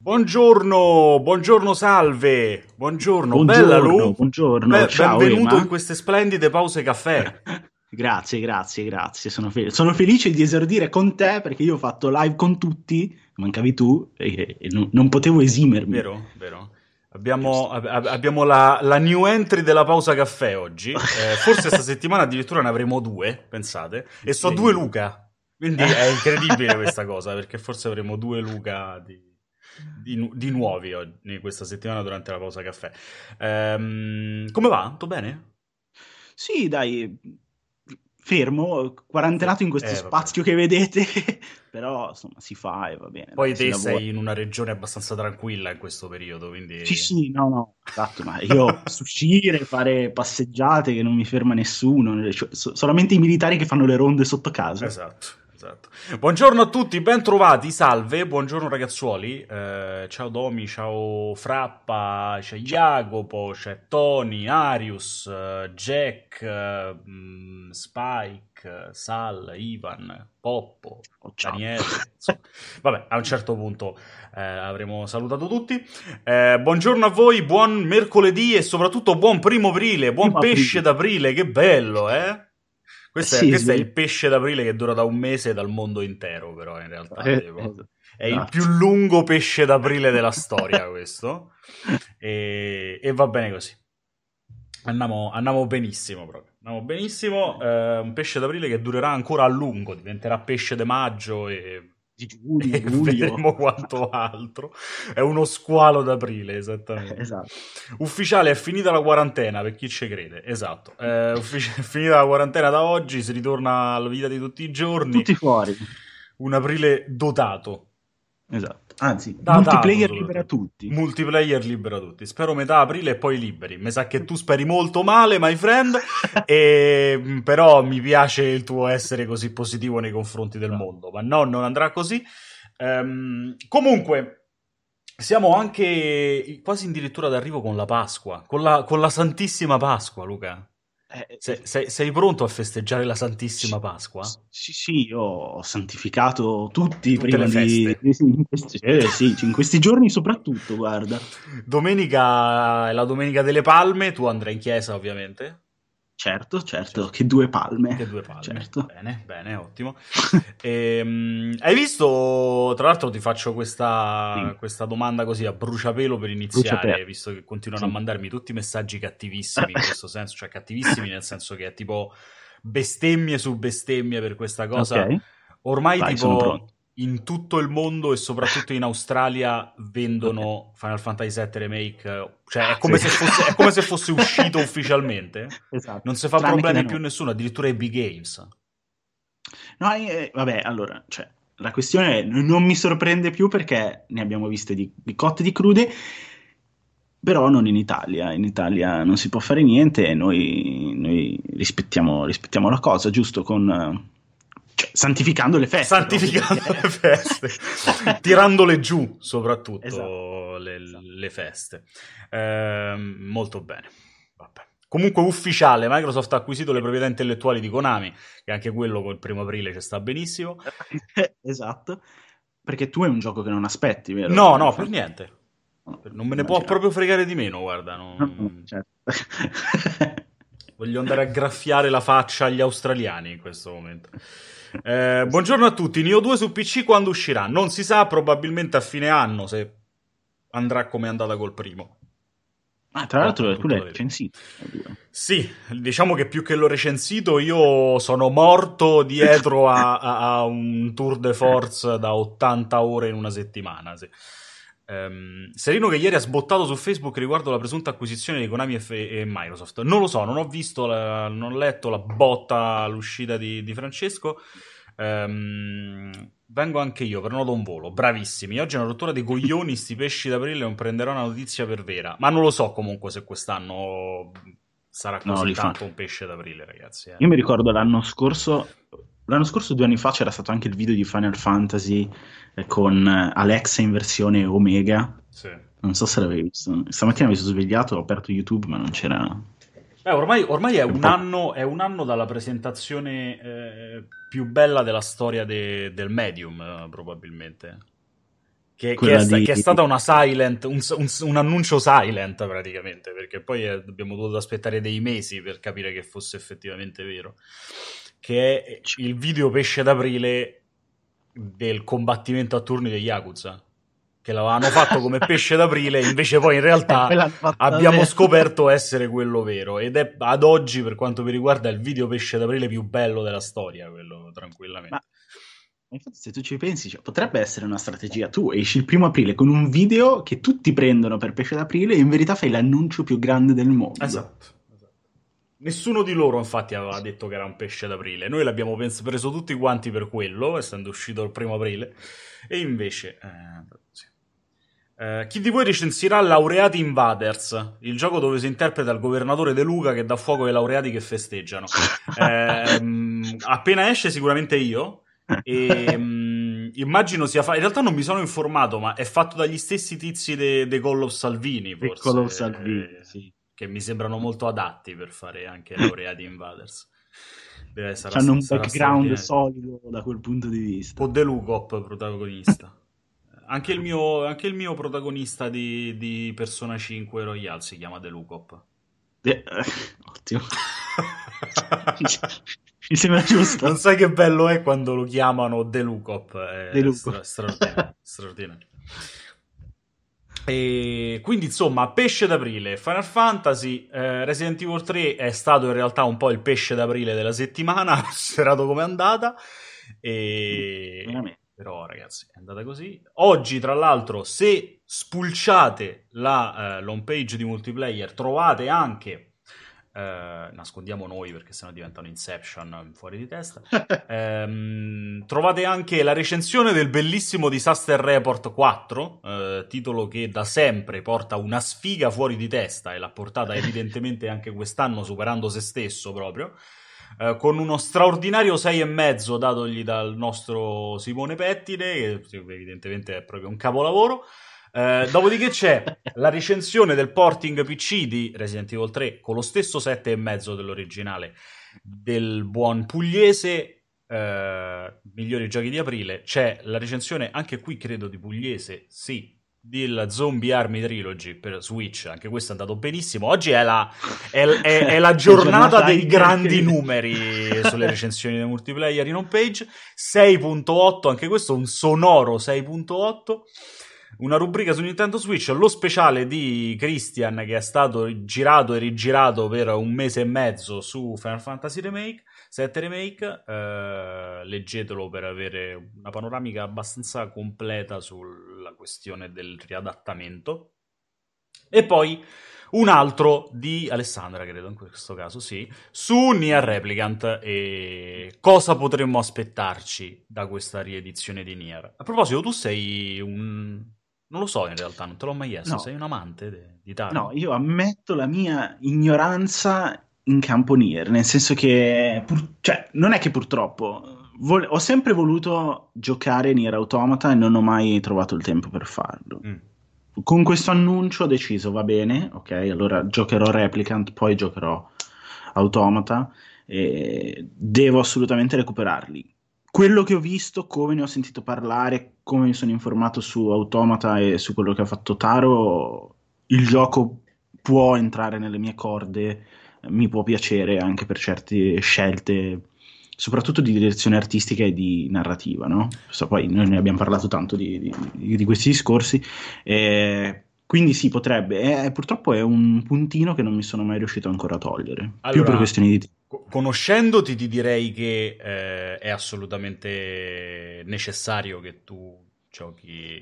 Buongiorno, salve, buongiorno, bella Lu, Buongiorno, ciao benvenuto in Ema. queste splendide pause caffè. Grazie. Sono felice di esordire con te perché io ho fatto live con tutti, mancavi tu e non potevo esimermi. Vero? Vero? Giusto. Abbiamo la new entry della pausa caffè oggi. Forse sta settimana addirittura ne avremo due, pensate. E so due Incredibile. Luca. Quindi è incredibile questa cosa, perché forse avremo due Luca di nuovi oggi, questa settimana durante la pausa caffè. Come va? Tutto bene? Sì, dai, fermo, quarantenato in questo Vabbè. spazio che vedete, però insomma si fa e va bene, Poi dai, si te lavora. sei in una regione abbastanza tranquilla in questo periodo, Sì, quindi... sì, no, esatto, ma io posso uscire, fare passeggiate che non mi ferma nessuno, cioè, solamente i militari che fanno le ronde sotto casa. Esatto, esatto. Buongiorno a tutti, ben trovati, salve, buongiorno ragazzuoli. Ciao Domi, ciao Frappa, c'è Ciao. Jacopo, c'è Tony, Arius, Jack, Spike, Sal, Ivan, Poppo, Oh, ciao. Daniele, insomma. Vabbè, a un certo punto avremo salutato tutti. Buongiorno a voi, buon mercoledì e soprattutto buon primo aprile, buon Primo pesce aprile. d'aprile, che bello, eh? Sì, Questo è il pesce d'aprile che dura da un mese dal mondo intero, però in realtà è il più esatto. lungo pesce d'aprile della storia, questo. E va bene così. Andiamo benissimo proprio. Andiamo benissimo. Un pesce d'aprile che durerà ancora a lungo, diventerà pesce de maggio Di giugno, e luglio. vedremo quanto altro. È uno squalo d'aprile, esattamente. Esatto. Ufficiale, è finita la quarantena, per chi ci crede. Esatto. È finita la quarantena da oggi, si ritorna alla vita di tutti i giorni. Tutti fuori. Un aprile dotato. Esatto. Anzi, Datato multiplayer libera soprattutto. tutti. Multiplayer libera tutti. Spero metà aprile e poi liberi. Mi sa che tu speri molto male, my friend. Però mi piace il tuo essere così positivo nei confronti del Esatto. mondo. Ma no, non andrà così. Comunque, siamo anche quasi addirittura d'arrivo con la Pasqua. Con la Santissima Pasqua, Luca. Eh, Se- eh, sei, sei pronto a festeggiare la Santissima sì, Pasqua? sì, io ho santificato tutti Tutte le prima di... feste. Sì, sì, in questi giorni soprattutto, guarda. Domenica è la domenica delle palme, tu andrai in chiesa ovviamente. Certo, Certo. che due palme, Che due palme. certo. Bene, bene, ottimo. Hai visto, tra l'altro ti faccio Sì, questa domanda così a bruciapelo per iniziare, bruciapelo. visto che continuano a Sì. mandarmi tutti messaggi cattivissimi in questo senso, cioè cattivissimi nel senso che è tipo bestemmie su bestemmie per questa Ok, cosa. Ormai vai, sono pronto. tipo in tutto il mondo e soprattutto in Australia Ok. vendono Final Fantasy VII Remake, cioè Sì. è come se fosse uscito ufficialmente. Esatto, Non si fa tranne che da problemi più noi. nessuno, addirittura Epic Games. No, vabbè, allora, cioè, la questione è, non mi sorprende più perché ne abbiamo viste di cotte e di crude, però non in Italia. In Italia non si può fare niente e noi rispettiamo la cosa, giusto? Cioè, santificando le feste, ovvio, perché... Santificando le feste, tirandole giù Esatto, soprattutto esatto. le feste. Molto bene. Vabbè. Comunque ufficiale, Microsoft ha acquisito le proprietà intellettuali di Konami, che anche quello col 1 aprile ci sta benissimo. Esatto, perché tu è un gioco che non aspetti, vero? No, Final no, per Fantasy. niente. No, Non me ne può immaginavo. proprio fregare di meno, guarda. No, certo. Voglio andare a graffiare la faccia agli australiani in questo momento. Buongiorno a tutti. Nioh 2 su PC quando uscirà? Non si sa, probabilmente a fine anno, se andrà come è andata col primo. Ah, tra Però è l'altro tu tutto l'hai da vedere. recensito, Nioh 2. Sì, diciamo che più che l'ho recensito, io sono morto dietro a un tour de force da 80 ore in una settimana. Sì. Serino che ieri ha sbottato su Facebook riguardo la presunta acquisizione di Konami e Microsoft. Non lo so, non ho visto, non ho letto la botta all'uscita di Francesco. Vengo anche io, prenoto un volo. Bravissimi. Oggi è una rottura dei coglioni, sti pesci d'aprile non prenderò una notizia per vera. Ma non lo so comunque se quest'anno sarà No, così li fa. tanto un pesce d'aprile, ragazzi. Io mi ricordo l'anno scorso, 2 anni fa, c'era stato anche il video di Final Fantasy con Alexa in versione Omega. Sì. Non so se l'avevi visto. Stamattina mi sono svegliato, ho aperto YouTube, ma non c'era. Ormai È un po'. è un anno dalla presentazione più bella della storia del Medium, probabilmente. quella di... che è stata una silent, un annuncio silent praticamente, perché poi abbiamo dovuto aspettare dei mesi per capire che fosse effettivamente vero, che è il video pesce d'aprile del combattimento a turni degli Yakuza, che l'avevano fatto come pesce d'aprile, invece poi in E poi realtà l'hanno fatto abbiamo davvero. scoperto essere quello vero, ed è ad oggi, per quanto mi riguarda, il video pesce d'aprile più bello della storia, quello Ma tranquillamente. infatti, se tu ci pensi, cioè, potrebbe essere una strategia. Tu esci il 1° aprile con un video che tutti prendono per pesce d'aprile e in verità fai l'annuncio più grande del mondo. Esatto, esatto. Nessuno di loro infatti aveva detto che era un pesce d'aprile. Noi l'abbiamo preso tutti quanti per quello, essendo uscito il 1° aprile. E invece... sì. Chi di voi recensirà Laureati Invaders, il gioco dove si interpreta il governatore De Luca che dà fuoco ai laureati che festeggiano? Appena esce sicuramente io. E immagino sia in realtà non mi sono informato, ma è fatto dagli stessi tizi de Call of Salvini, Piccolo Salvini, forse, sì. che mi sembrano molto adatti per fare anche Laureati Invaders. Hanno un Sarà background straordinario. solido da quel punto di vista. O De Lucop protagonista. Anche il mio protagonista di Persona 5 Royale si chiama De Lucop. Eh, ottimo. Mi sembra Non giusto. sai che bello è quando lo chiamano De Lucop, De è Luco. straordinario, straordinario. E quindi insomma, pesce d'aprile, Final Fantasy, Resident Evil 3 è stato in realtà un po' il pesce d'aprile della settimana, considerato come è andata, Veramente. però ragazzi è andata così. Oggi tra l'altro se spulciate l'home page di multiplayer trovate anche, nascondiamo noi perché sennò diventano Inception fuori di testa. Trovate anche la recensione del bellissimo Disaster Report 4, titolo che da sempre porta una sfiga fuori di testa e l'ha portata evidentemente anche quest'anno superando se stesso proprio, con uno straordinario 6,5 datogli dal nostro Simone Pettine, che evidentemente è proprio un capolavoro. Dopodiché c'è la recensione del porting PC di Resident Evil 3 con lo stesso 7,5 dell'originale del buon Pugliese, migliori giochi di aprile. C'è la recensione anche qui credo di Pugliese, sì, della Zombie Army Trilogy per Switch, anche questo è andato benissimo. Oggi è la È giornata giornata dei grandi anche... numeri sulle recensioni dei multiplayer in homepage. 6.8, anche questo un sonoro 6.8. Una rubrica su Nintendo Switch, lo speciale di Christian che è stato girato e rigirato per 1 mese e mezzo su Final Fantasy Remake, 7 Remake, leggetelo per avere una panoramica abbastanza completa sulla questione del riadattamento. E poi un altro di Alessandra, credo in questo caso, sì, su Nier Replicant e cosa potremmo aspettarci da questa riedizione di Nier. A proposito, tu sei un... non lo so in realtà, non te l'ho mai chiesto, No, sei un amante di no, Taro? io ammetto la mia ignoranza in campo Nier, nel senso che, cioè, non è che purtroppo, ho sempre voluto giocare Nier Automata e non ho mai trovato il tempo per farlo. Mm. Con questo annuncio ho deciso, va bene, ok, allora giocherò Replicant, poi giocherò Automata e devo assolutamente recuperarli. Quello che ho visto, come ne ho sentito parlare, come mi sono informato su Automata e su quello che ha fatto Taro, il gioco può entrare nelle mie corde, mi può piacere anche per certe scelte, soprattutto di direzione artistica e di narrativa, no? Poi noi ne abbiamo parlato tanto di questi discorsi, quindi sì, potrebbe. Purtroppo è un puntino che non mi sono mai riuscito ancora a togliere, più per Allora, questioni di tempo. conoscendoti ti direi che è assolutamente necessario che tu giochi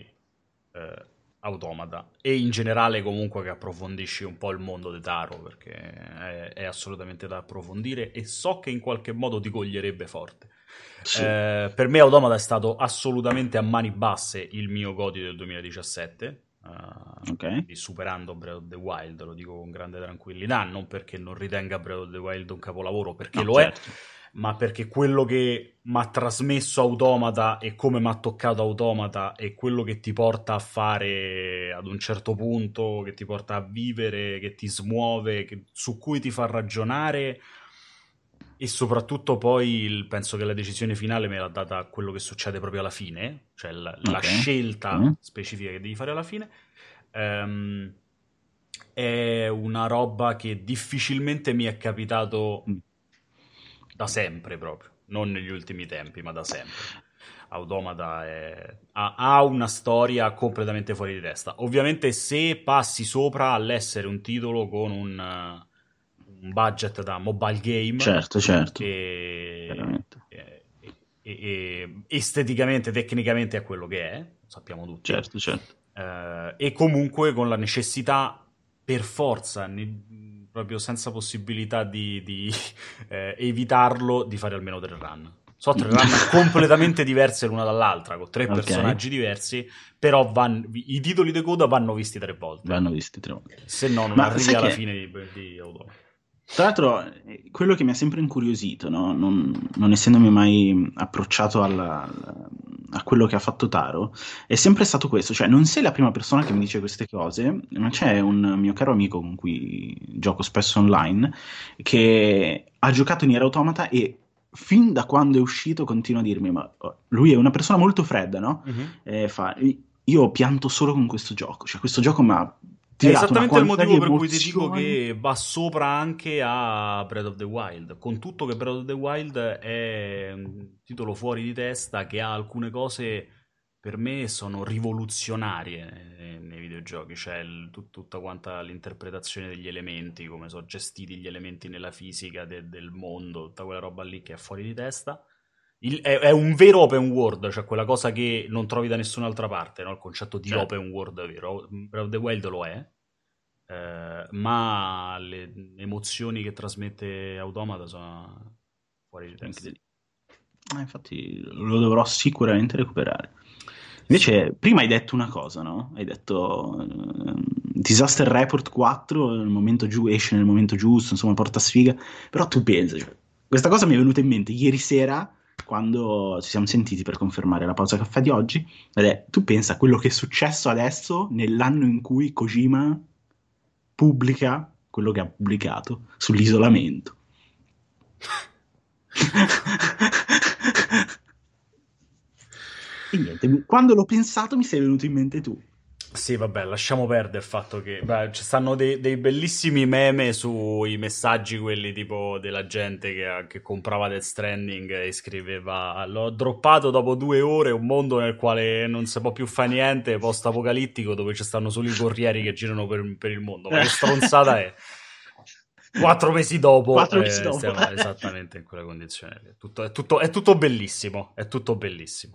Automata e in generale comunque che approfondisci un po' il mondo di Taro perché è assolutamente da approfondire e so che in qualche modo ti coglierebbe forte. Sì, Per me Automata è stato assolutamente a mani basse il mio GOTY del 2017, ok. quindi superando Breath of the Wild, lo dico con grande tranquillità, non perché non ritenga Breath of the Wild un capolavoro, perché No, lo è, certo. ma perché quello che mi ha trasmesso Automata e come mi ha toccato Automata e quello che ti porta a fare ad un certo punto, che ti porta a vivere, che ti smuove, su cui ti fa ragionare E soprattutto poi penso che la decisione finale me l'ha data quello che succede proprio alla fine, cioè la Ok. scelta Sì. specifica che devi fare alla fine. Ehm, è una roba che difficilmente mi è capitato Mm. da sempre proprio, non negli ultimi tempi, ma da sempre. Automata ha una storia completamente fuori di testa. Ovviamente se passi sopra all'essere un titolo con un budget da mobile game Certo, certo, e, chiaramente. e esteticamente, tecnicamente è quello che è, lo sappiamo tutti, Certo, certo. e comunque con la necessità per forza, proprio senza possibilità di evitarlo, di fare almeno 3 run. So, 3 run completamente diverse l'una dall'altra, con 3 personaggi Ok, diversi, però i titoli di coda vanno visti 3 volte. vanno visti 3 volte. Se no, non Ma arrivi sai alla che, fine di Automata. tra l'altro, quello che mi ha sempre incuriosito, no? Non essendomi mai approcciato a quello che ha fatto Taro, è sempre stato questo, cioè non sei la prima persona che mi dice queste cose, ma c'è un mio caro amico con cui gioco spesso online, che ha giocato in Nier Automata e fin da quando è uscito continua a dirmi, ma lui è una persona molto fredda, no? Mhm. Io ho pianto solo con questo gioco, cioè questo gioco mi ha È tirato una esattamente il quantità di motivo per cui ti dico emozioni. che va sopra anche a Breath of the Wild. Con tutto che Breath of the Wild è un titolo fuori di testa che ha alcune cose per me sono rivoluzionarie nei videogiochi, cioè tutta quanta l'interpretazione degli elementi, come sono gestiti gli elementi nella fisica del mondo, tutta quella roba lì che è fuori di testa. È un vero open world, cioè quella cosa che non trovi da nessun'altra parte, no? Il concetto di Cioè, open world vero. Breath of the Wild lo è, ma le emozioni che trasmette Automata sono fuori di sono testa. incredibili. Infatti lo dovrò sicuramente recuperare. Sì. Invece, prima hai detto una cosa, no? Hai detto Disaster Report 4, esce nel momento giusto, insomma, porta sfiga. Però tu pensa, cioè, questa cosa mi è venuta in mente ieri sera, quando ci siamo sentiti per confermare la pausa caffè di oggi, ed è, tu pensa a quello che è successo adesso, nell'anno in cui Kojima pubblica quello che ha pubblicato sull'isolamento. E niente, quando l'ho pensato mi sei venuto in mente tu. Sì, vabbè, lasciamo perdere il fatto che beh, ci stanno dei bellissimi meme sui messaggi, quelli tipo della gente che comprava Death Stranding e scriveva: l'ho droppato dopo 2 ore, un mondo nel quale non si può più fare niente, post-apocalittico, dove ci stanno solo i corrieri che girano per il mondo. Ma che stronzata è? 4 mesi dopo, 4 mesi dopo. stiamo esattamente in quella condizione. È tutto bellissimo, è tutto bellissimo.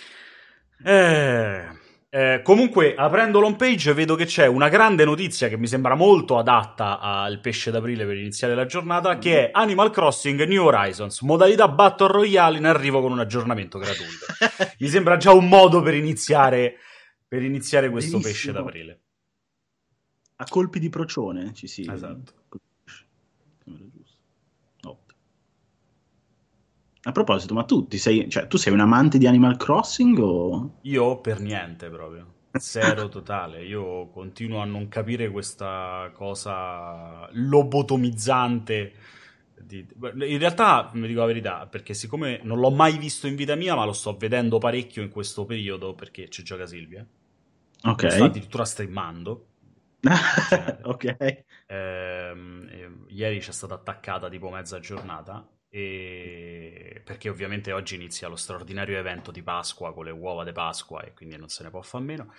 Eh, comunque, aprendo l'home page, vedo che c'è una grande notizia che mi sembra molto adatta al pesce d'aprile per iniziare la giornata, che è Animal Crossing New Horizons, modalità Battle Royale in arrivo con un aggiornamento gratuito. Mi sembra già un modo per iniziare questo pesce Benissimo. d'aprile. A colpi di procione ci si Esatto. colpisce. Sembra giusto. Ottimo. A proposito, ma cioè, tu sei un amante di Animal Crossing o... Io per niente proprio. Zero totale. Io continuo a non capire questa cosa lobotomizzante. In realtà, vi dico la verità, perché siccome non l'ho mai visto in vita mia, ma lo sto vedendo parecchio in questo periodo, perché ci gioca Silvia, Ok. lo sta addirittura streamando, immaginate. Ok. Ieri c'è stata attaccata tipo mezza giornata perché ovviamente oggi inizia lo straordinario evento di Pasqua con le uova di Pasqua e quindi non se ne può fare a meno.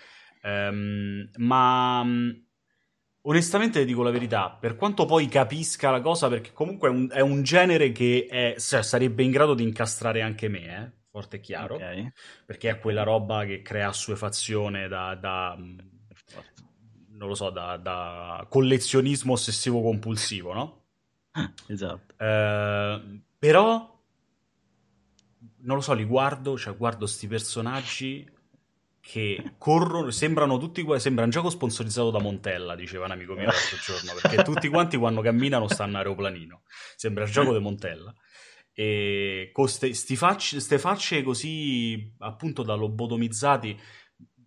Ma onestamente dico la verità, per quanto poi capisca la cosa, perché comunque è un genere che sarebbe in grado di incastrare anche me, forte e Ok. chiaro, perché è quella Ok. roba che crea assuefazione Per forza. non lo so, da collezionismo ossessivo compulsivo, no? Esatto. Però non lo so, li guardo, cioè guardo sti personaggi che corrono, sembrano tutti sembra un gioco sponsorizzato da Montella, diceva un amico mio l'altro giorno, perché tutti quanti quando camminano stanno aeroplanino. Sembra il gioco di Montella. E con ste facce così appunto da lobotomizzati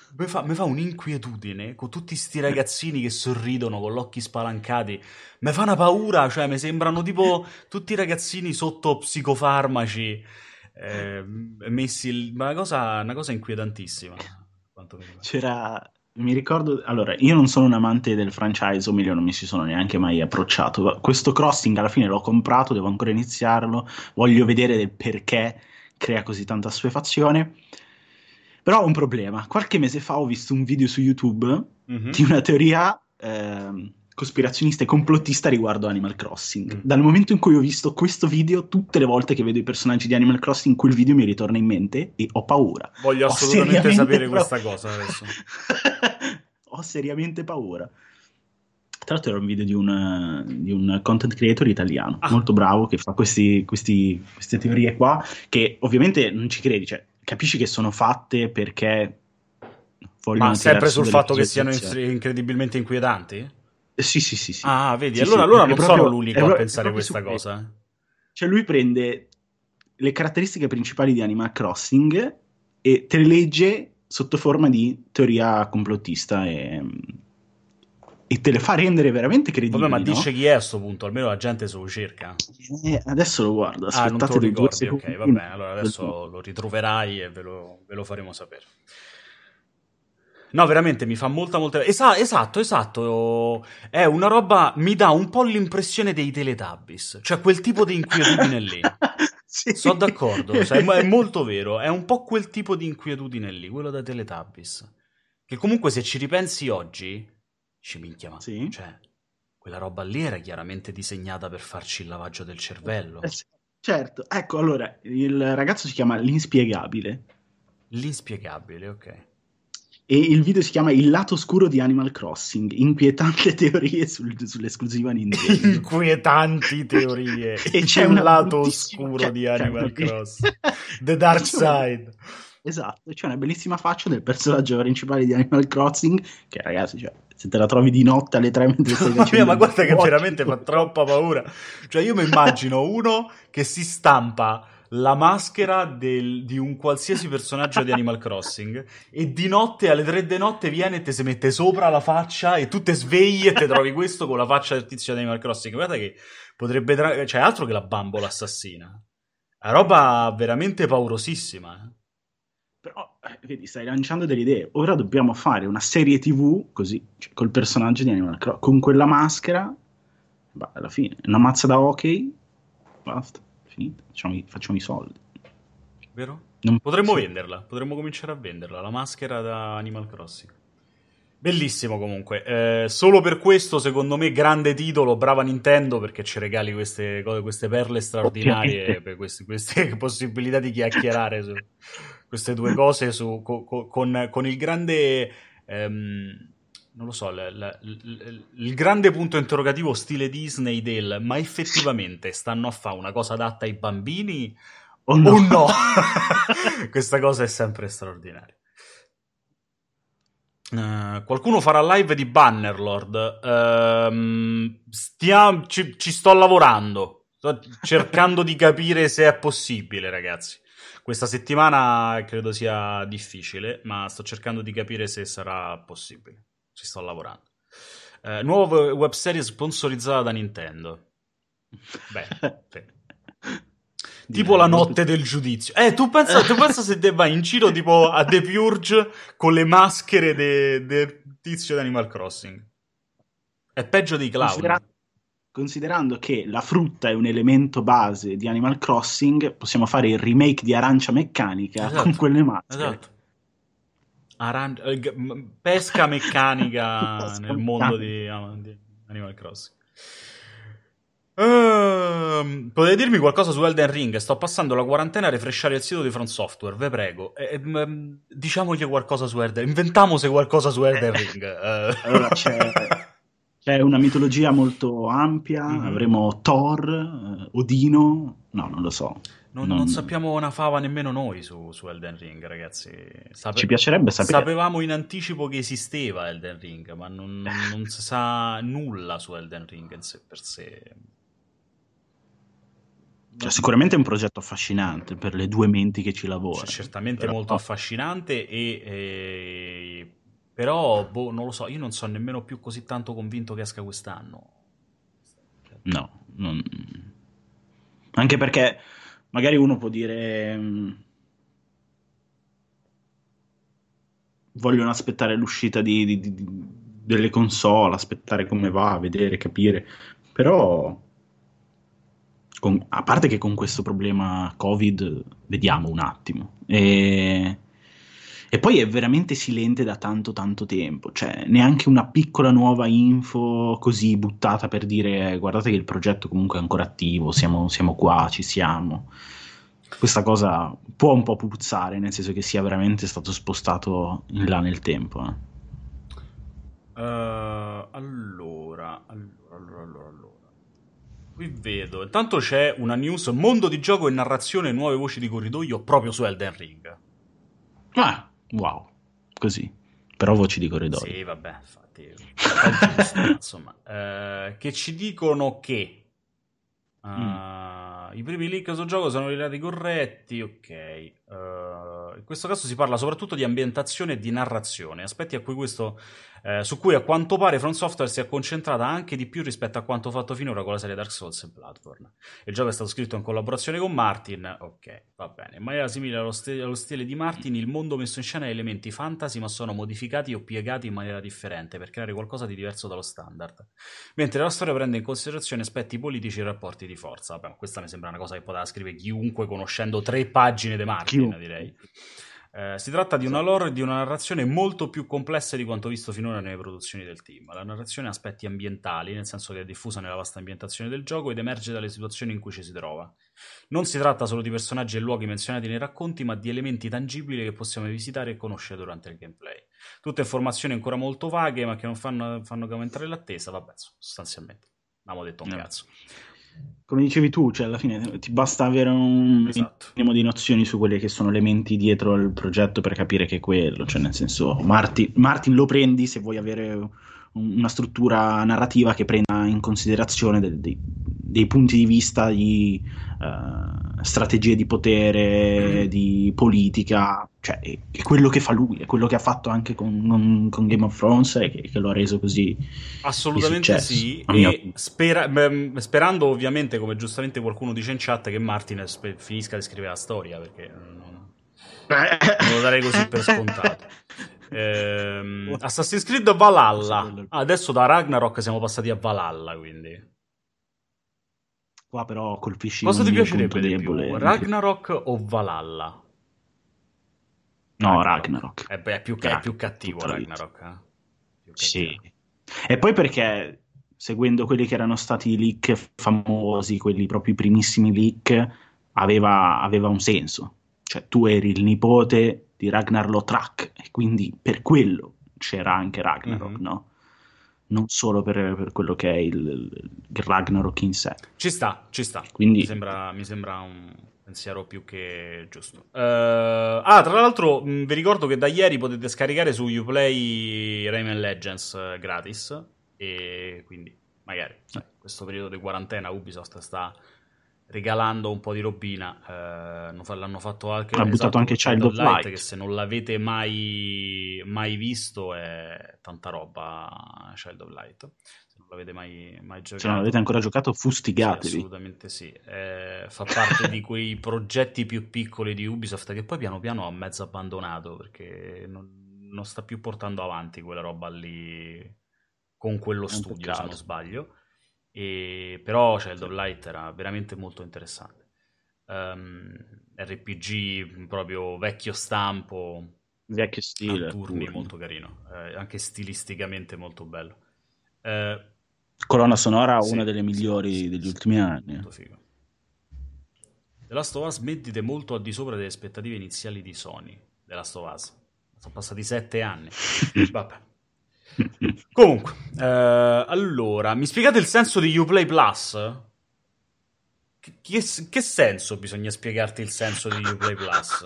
Mi fa un'inquietudine con tutti sti ragazzini che sorridono con gli occhi spalancati. Mi fa una paura, cioè mi sembrano tipo tutti ragazzini sotto psicofarmaci, messi... Ma una cosa inquietantissima, quanto mi riguarda. Mi ricordo, allora, io non sono un amante del franchise, o meglio, non mi ci sono neanche mai approcciato. Questo Crossing alla fine l'ho comprato, devo ancora iniziarlo, voglio vedere del perché crea così tanta assuefazione. Però ho un problema. Qualche mese fa ho visto un video su YouTube di Mhm. una teoria cospirazionista e complottista riguardo Animal Crossing. Mm. Dal momento in cui ho visto questo video, tutte le volte che vedo i personaggi di Animal Crossing, quel video mi ritorna in mente e ho paura. Voglio Ho assolutamente seriamente sapere questa cosa adesso. ho seriamente paura. Tra l'altro era un video di un content creator italiano, Ah, molto bravo, che fa queste teorie qua, che ovviamente non ci credi, cioè capisci che sono fatte perché ma vogliono tirar sempre su sul delle fatto che siano visualizzazioni. incredibilmente inquietanti? Sì, sì, sì, sì. Ah, vedi, Sì, sì, allora è non sono proprio, l'unico a è pensare proprio su questa questo. cosa. Cioè lui prende le caratteristiche principali di Animal Crossing e te le legge sotto forma di teoria complottista e te le fa rendere veramente Vabbè, ma credibili, dice no? chi è a sto punto, almeno la gente se lo cerca. Adesso lo guardo, Ah, non te lo aspettate due ricordi, ok, secondi. va bene, allora adesso lo ritroverai e ve lo faremo sapere. No, veramente mi fa molta... esatto, esatto. È una roba... Mi dà un po' l'impressione dei Teletubbies. Cioè, quel tipo di inquietudine lì. Sì. Sono d'accordo, è molto vero. È un po' quel tipo di inquietudine lì, quello da Teletubbies. Che comunque, se ci ripensi oggi... Ci minchia, ma... Sì. Cioè, quella roba lì era chiaramente disegnata per farci il lavaggio del cervello. Sì. Certo, ecco, allora, il ragazzo si chiama L'inspiegabile L'inspiegabile, ok. e il video si chiama Il lato oscuro di Animal Crossing, inquietante teorie sull'esclusiva Nintendo. Inquietanti teorie. E c'è Il una lato bruttissima, oscuro di c'è una Animal be- Cross. The Dark c'è una be- Side. esatto, c'è una bellissima faccia del personaggio principale di Animal Crossing, che ragazzi, cioè, se te la trovi di notte alle 3 mentre stai Mamma mia, facendo ma il guarda che Baywatch, veramente fa troppa paura. Cioè, io mi immagino uno che si stampa la maschera di un qualsiasi personaggio di Animal Crossing e di notte alle 3 di notte viene e te si mette sopra la faccia e tu te svegli e te trovi questo con la faccia del tizio di Animal Crossing. Guarda che potrebbe... cioè, altro che la bambola assassina. È roba veramente paurosissima. però, vedi, stai lanciando delle idee. Ora dobbiamo fare una serie TV così, cioè, col personaggio di Animal Crossing, con quella maschera. Bah, alla fine, una mazza da hockey, basta, finito. Facciamo i soldi. Vero? Non Potremmo penso. venderla, potremmo cominciare a venderla, la maschera da Animal Crossing. Bellissimo comunque, solo per questo secondo me grande titolo, brava Nintendo perché ci regali queste, queste perle straordinarie, Ovviamente. per queste possibilità di chiacchierare su queste due cose con il grande, non lo so, il grande punto interrogativo stile Disney del ma effettivamente stanno a fare una cosa adatta ai bambini Oh no. o no? Questa cosa è sempre straordinaria. Qualcuno farà live di Bannerlord. Ci sto lavorando. Sto cercando di capire se è possibile, ragazzi. Questa settimana credo sia difficile, ma sto cercando di capire se sarà possibile. Ci sto lavorando. Nuova webserie sponsorizzata da Nintendo. Beh, sì. Tipo la Direi molto. notte del giudizio. Tu pensa se te vai in giro tipo a The Purge con le maschere del tizio di Animal Crossing. È peggio dei Considera- clown. Considerando che la frutta è un elemento base di Animal Crossing, possiamo fare il remake di Arancia Meccanica con Esatto, quelle maschere. esatto. Pesca meccanica Pesca nel mondo meccanica. di Animal Crossing. Potete dirmi qualcosa su Elden Ring? Sto passando la quarantena a refreshare il sito di From Software, ve prego. Diciamogli qualcosa su Elden Ring. Inventamose qualcosa su Elden Ring. Allora, c'è una mitologia molto ampia, Mhm. avremo Thor, Odino, no, non lo so. Non Non- sappiamo una fava nemmeno noi su Elden Ring, ragazzi. Ci piacerebbe sapere. Sapevamo in anticipo che esisteva Elden Ring, ma non si sa nulla su Elden Ring in sé per sé. Cioè, sicuramente è un progetto affascinante per le due menti che ci lavorano, certamente però molto affascinante però boh, non lo so, io non sono nemmeno più così tanto convinto che esca quest'anno. no, anche perché magari uno può dire vogliono aspettare l'uscita delle console, aspettare come va, vedere, capire, però a parte che con questo problema Covid vediamo un attimo. E poi è veramente silente da tanto tanto tempo, cioè neanche una piccola nuova info così buttata per dire guardate che il progetto comunque è ancora attivo, siamo qua, ci siamo. Questa cosa può un po' puzzare, nel senso che sia veramente stato spostato in là nel tempo. Allora. Qui vedo. Intanto c'è una news: mondo di gioco e narrazione, nuove voci di corridoio proprio su Elden Ring. Ah, wow, così. Però voci di corridoio. Sì, vabbè, infatti, fa il giusto, ma insomma, che ci dicono che Mm. i primi link sul gioco sono rilevati corretti, ok. In questo caso si parla soprattutto di ambientazione e di narrazione, aspetti su cui a quanto pare From Software si è concentrata anche di più rispetto a quanto fatto finora con la serie Dark Souls e Bloodborne. Il gioco è stato scritto in collaborazione con Martin, ok, va bene. In maniera simile allo stile di Martin, il mondo messo in scena ha elementi fantasy, ma sono modificati o piegati in maniera differente per creare qualcosa di diverso dallo standard. Mentre la storia prende in considerazione aspetti politici e rapporti di forza. Vabbè, questa mi sembra una cosa che poteva scrivere chiunque conoscendo 3 pagine di Martin, Chiunque. direi. Si tratta di una Esatto. lore e di una narrazione molto più complessa di quanto visto finora nelle produzioni del team. La narrazione ha aspetti ambientali, nel senso che è diffusa nella vasta ambientazione del gioco ed emerge dalle situazioni in cui ci si trova. Non si tratta solo di personaggi e luoghi menzionati nei racconti, ma di elementi tangibili che possiamo visitare e conoscere durante il gameplay. Tutte informazioni ancora molto vaghe, ma che non fanno che aumentare l'attesa. Vabbè, sostanzialmente. Non abbiamo detto un Eh. cazzo. Come dicevi tu, cioè alla fine ti basta avere un Esatto. minimo di nozioni su quelle che sono le menti dietro al progetto per capire che è quello, cioè nel senso Martin lo prendi se vuoi avere una struttura narrativa che prenda in considerazione dei punti di vista di strategie di potere, di politica, cioè è quello che fa lui, è quello che ha fatto anche con Game of Thrones e che lo ha reso così di Assolutamente successo, sì, a mio e avviso. sperando ovviamente, come giustamente qualcuno dice in chat, che Martin finisca di scrivere la storia, perché non lo darei così per scontato. Assassin's Creed Forse quello è Valhalla. il Ah, adesso da Ragnarok siamo passati a Valhalla, quindi. qua però colpisci Cosa un ti mio punto piacerebbe di più, debole. Ragnarok o Valhalla? No, Ragnarok. Ragnarok. È più Ragnarok, cattivo tutta la vita. Ragnarok, eh? Più Sì. cattivo. E poi perché, seguendo quelli che erano stati i leak famosi, quelli proprio i primissimi leak, aveva un senso. Cioè, tu eri il nipote di Ragnar Lothrak, e quindi per quello c'era anche Ragnarok, Mhm. no? Non solo per quello che è il Ragnarok in sé. Ci sta, ci sta. Mi Quindi, sembra, mi sembra un pensiero più che giusto. Tra l'altro, vi ricordo che da ieri potete scaricare su Uplay Rayman Legends gratis. E quindi, magari, sai, in questo periodo di quarantena Ubisoft sta regalando un po' di robina. L'hanno fatto ha anche, buttato esatto, con anche Child Child of of Light, che Light. se non l'avete mai visto è tanta roba. Child of Light, se non l'avete mai Se non avete giocato. ancora giocato, Sì, fustigatevi. assolutamente sì. Fa parte di quei progetti più piccoli di Ubisoft che poi piano piano ha mezzo abbandonato perché non sta più portando avanti quella roba lì con quello È un studio, se non peccato. sbaglio. Però Child Sì. of Light era veramente molto interessante. RPG proprio vecchio stampo, Vecchio a stile, turni, turni. molto carino, anche stilisticamente molto bello. Eh, Colonna sonora, una sì, delle sì, migliori sì, degli sì, ultimi anni. molto figo. The Last of Us mettite molto al di sopra delle aspettative iniziali di Sony. The Last of Us. Sono passati 7 anni. Vabbè. Comunque, allora, mi spiegate il senso di Uplay Plus? Che senso bisogna spiegarti il senso di Uplay Plus?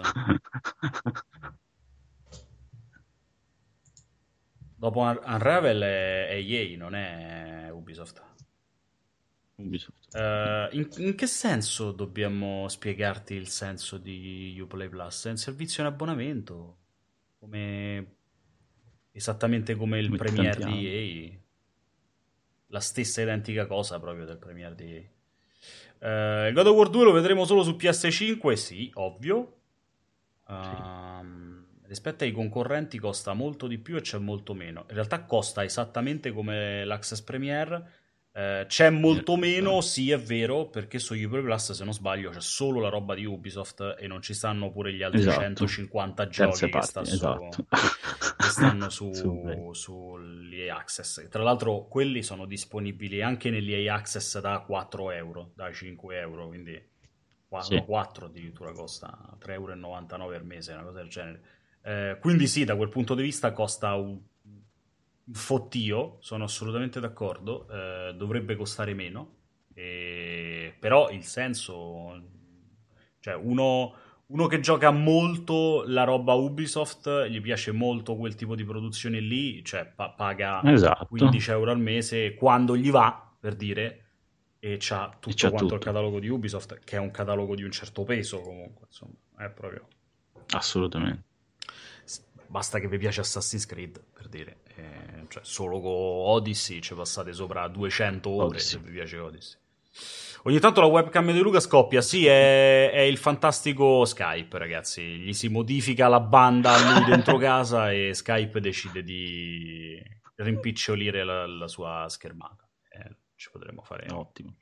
Dopo Unravel è EA, non è Ubisoft. Ubisoft. In che senso dobbiamo spiegarti il senso di Uplay Plus? È un servizio in abbonamento, come esattamente come il Come Premiere tanti di altri. EA, la stessa identica cosa proprio del Premiere di EA. God of War 2 lo vedremo solo su PS5? Sì, ovvio. Sì. Rispetto ai concorrenti costa molto di più e c'è molto meno. In realtà costa esattamente come l'Access Premier. C'è molto meno, sì, è vero, perché su Uplay Plus, se non sbaglio, c'è solo la roba di Ubisoft e non ci stanno pure gli altri Esatto. 150 Terze giochi parti, esatto. che stanno Super. sull'EA Access. Tra l'altro, quelli sono disponibili anche nell'EA Access da 4 euro, da 5 euro, quindi no, Sì. 4 addirittura costa 3,99 € al mese, una cosa del genere. Quindi sì, da quel punto di vista costa un fottio, sono assolutamente d'accordo, dovrebbe costare meno, però il senso, cioè uno che gioca molto la roba Ubisoft, gli piace molto quel tipo di produzione lì, cioè paga Esatto. 15 € al mese quando gli va, per dire, e c'ha E tutto c'è quanto il tutto. catalogo di Ubisoft, che è un catalogo di un certo peso comunque, insomma, è proprio... Assolutamente. Basta che vi piace Assassin's Creed, per dire. Cioè, solo con Odyssey ci passate sopra 200 ore, se Odyssey. vi piace Odyssey. Ogni tanto la webcam di Luca scoppia, sì, è il fantastico Skype, ragazzi. Gli si modifica la banda a lui dentro casa e Skype decide di rimpicciolire la sua schermata. Ci potremmo fare... Ottimo.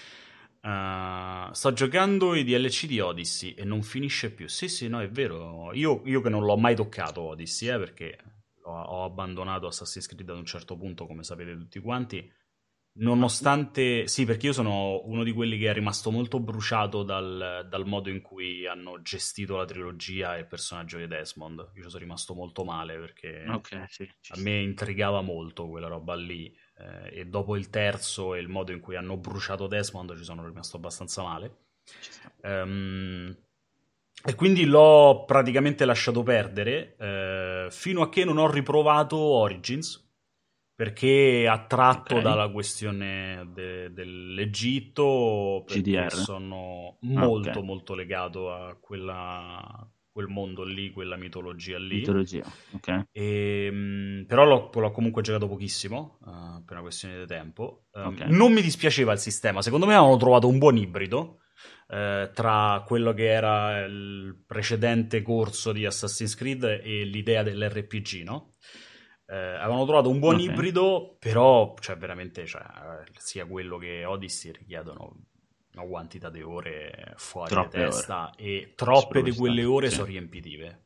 Sto giocando i DLC di Odyssey e non finisce più. Sì, sì, no, è vero. Io che non l'ho mai toccato Odyssey, perché ho abbandonato Assassin's Creed ad un certo punto, come sapete tutti quanti. Ah sì? Nonostante, sì, perché io sono uno di quelli che è rimasto molto bruciato dal modo in cui hanno gestito la trilogia e il personaggio di Desmond. Io ci sono rimasto molto male perché Ok, sì, ci a me sta. intrigava molto quella roba lì. E dopo il terzo e il modo in cui hanno bruciato Desmond ci sono rimasto abbastanza male. Ci sta. Ehm, e quindi l'ho praticamente lasciato perdere fino a che non ho riprovato Origins, perché Ok. attratto dalla questione dell'Egitto, perché GDR. sono Ah, ok. molto molto legato a quel mondo lì, quella mitologia lì. Mitologia. Ok. Però l'ho comunque giocato pochissimo, per una questione di tempo. Ok. Non mi dispiaceva il sistema, secondo me avevano trovato un buon ibrido tra quello che era il precedente corso di Assassin's Creed e l'idea dell'RPG, no? Avevano trovato un buon Ok. ibrido, però cioè, veramente cioè, sia quello che Odyssey richiedono una quantità di ore fuori di Troppe ore. testa e troppe di quelle Sprovvistate. ore Sì. sono riempitive.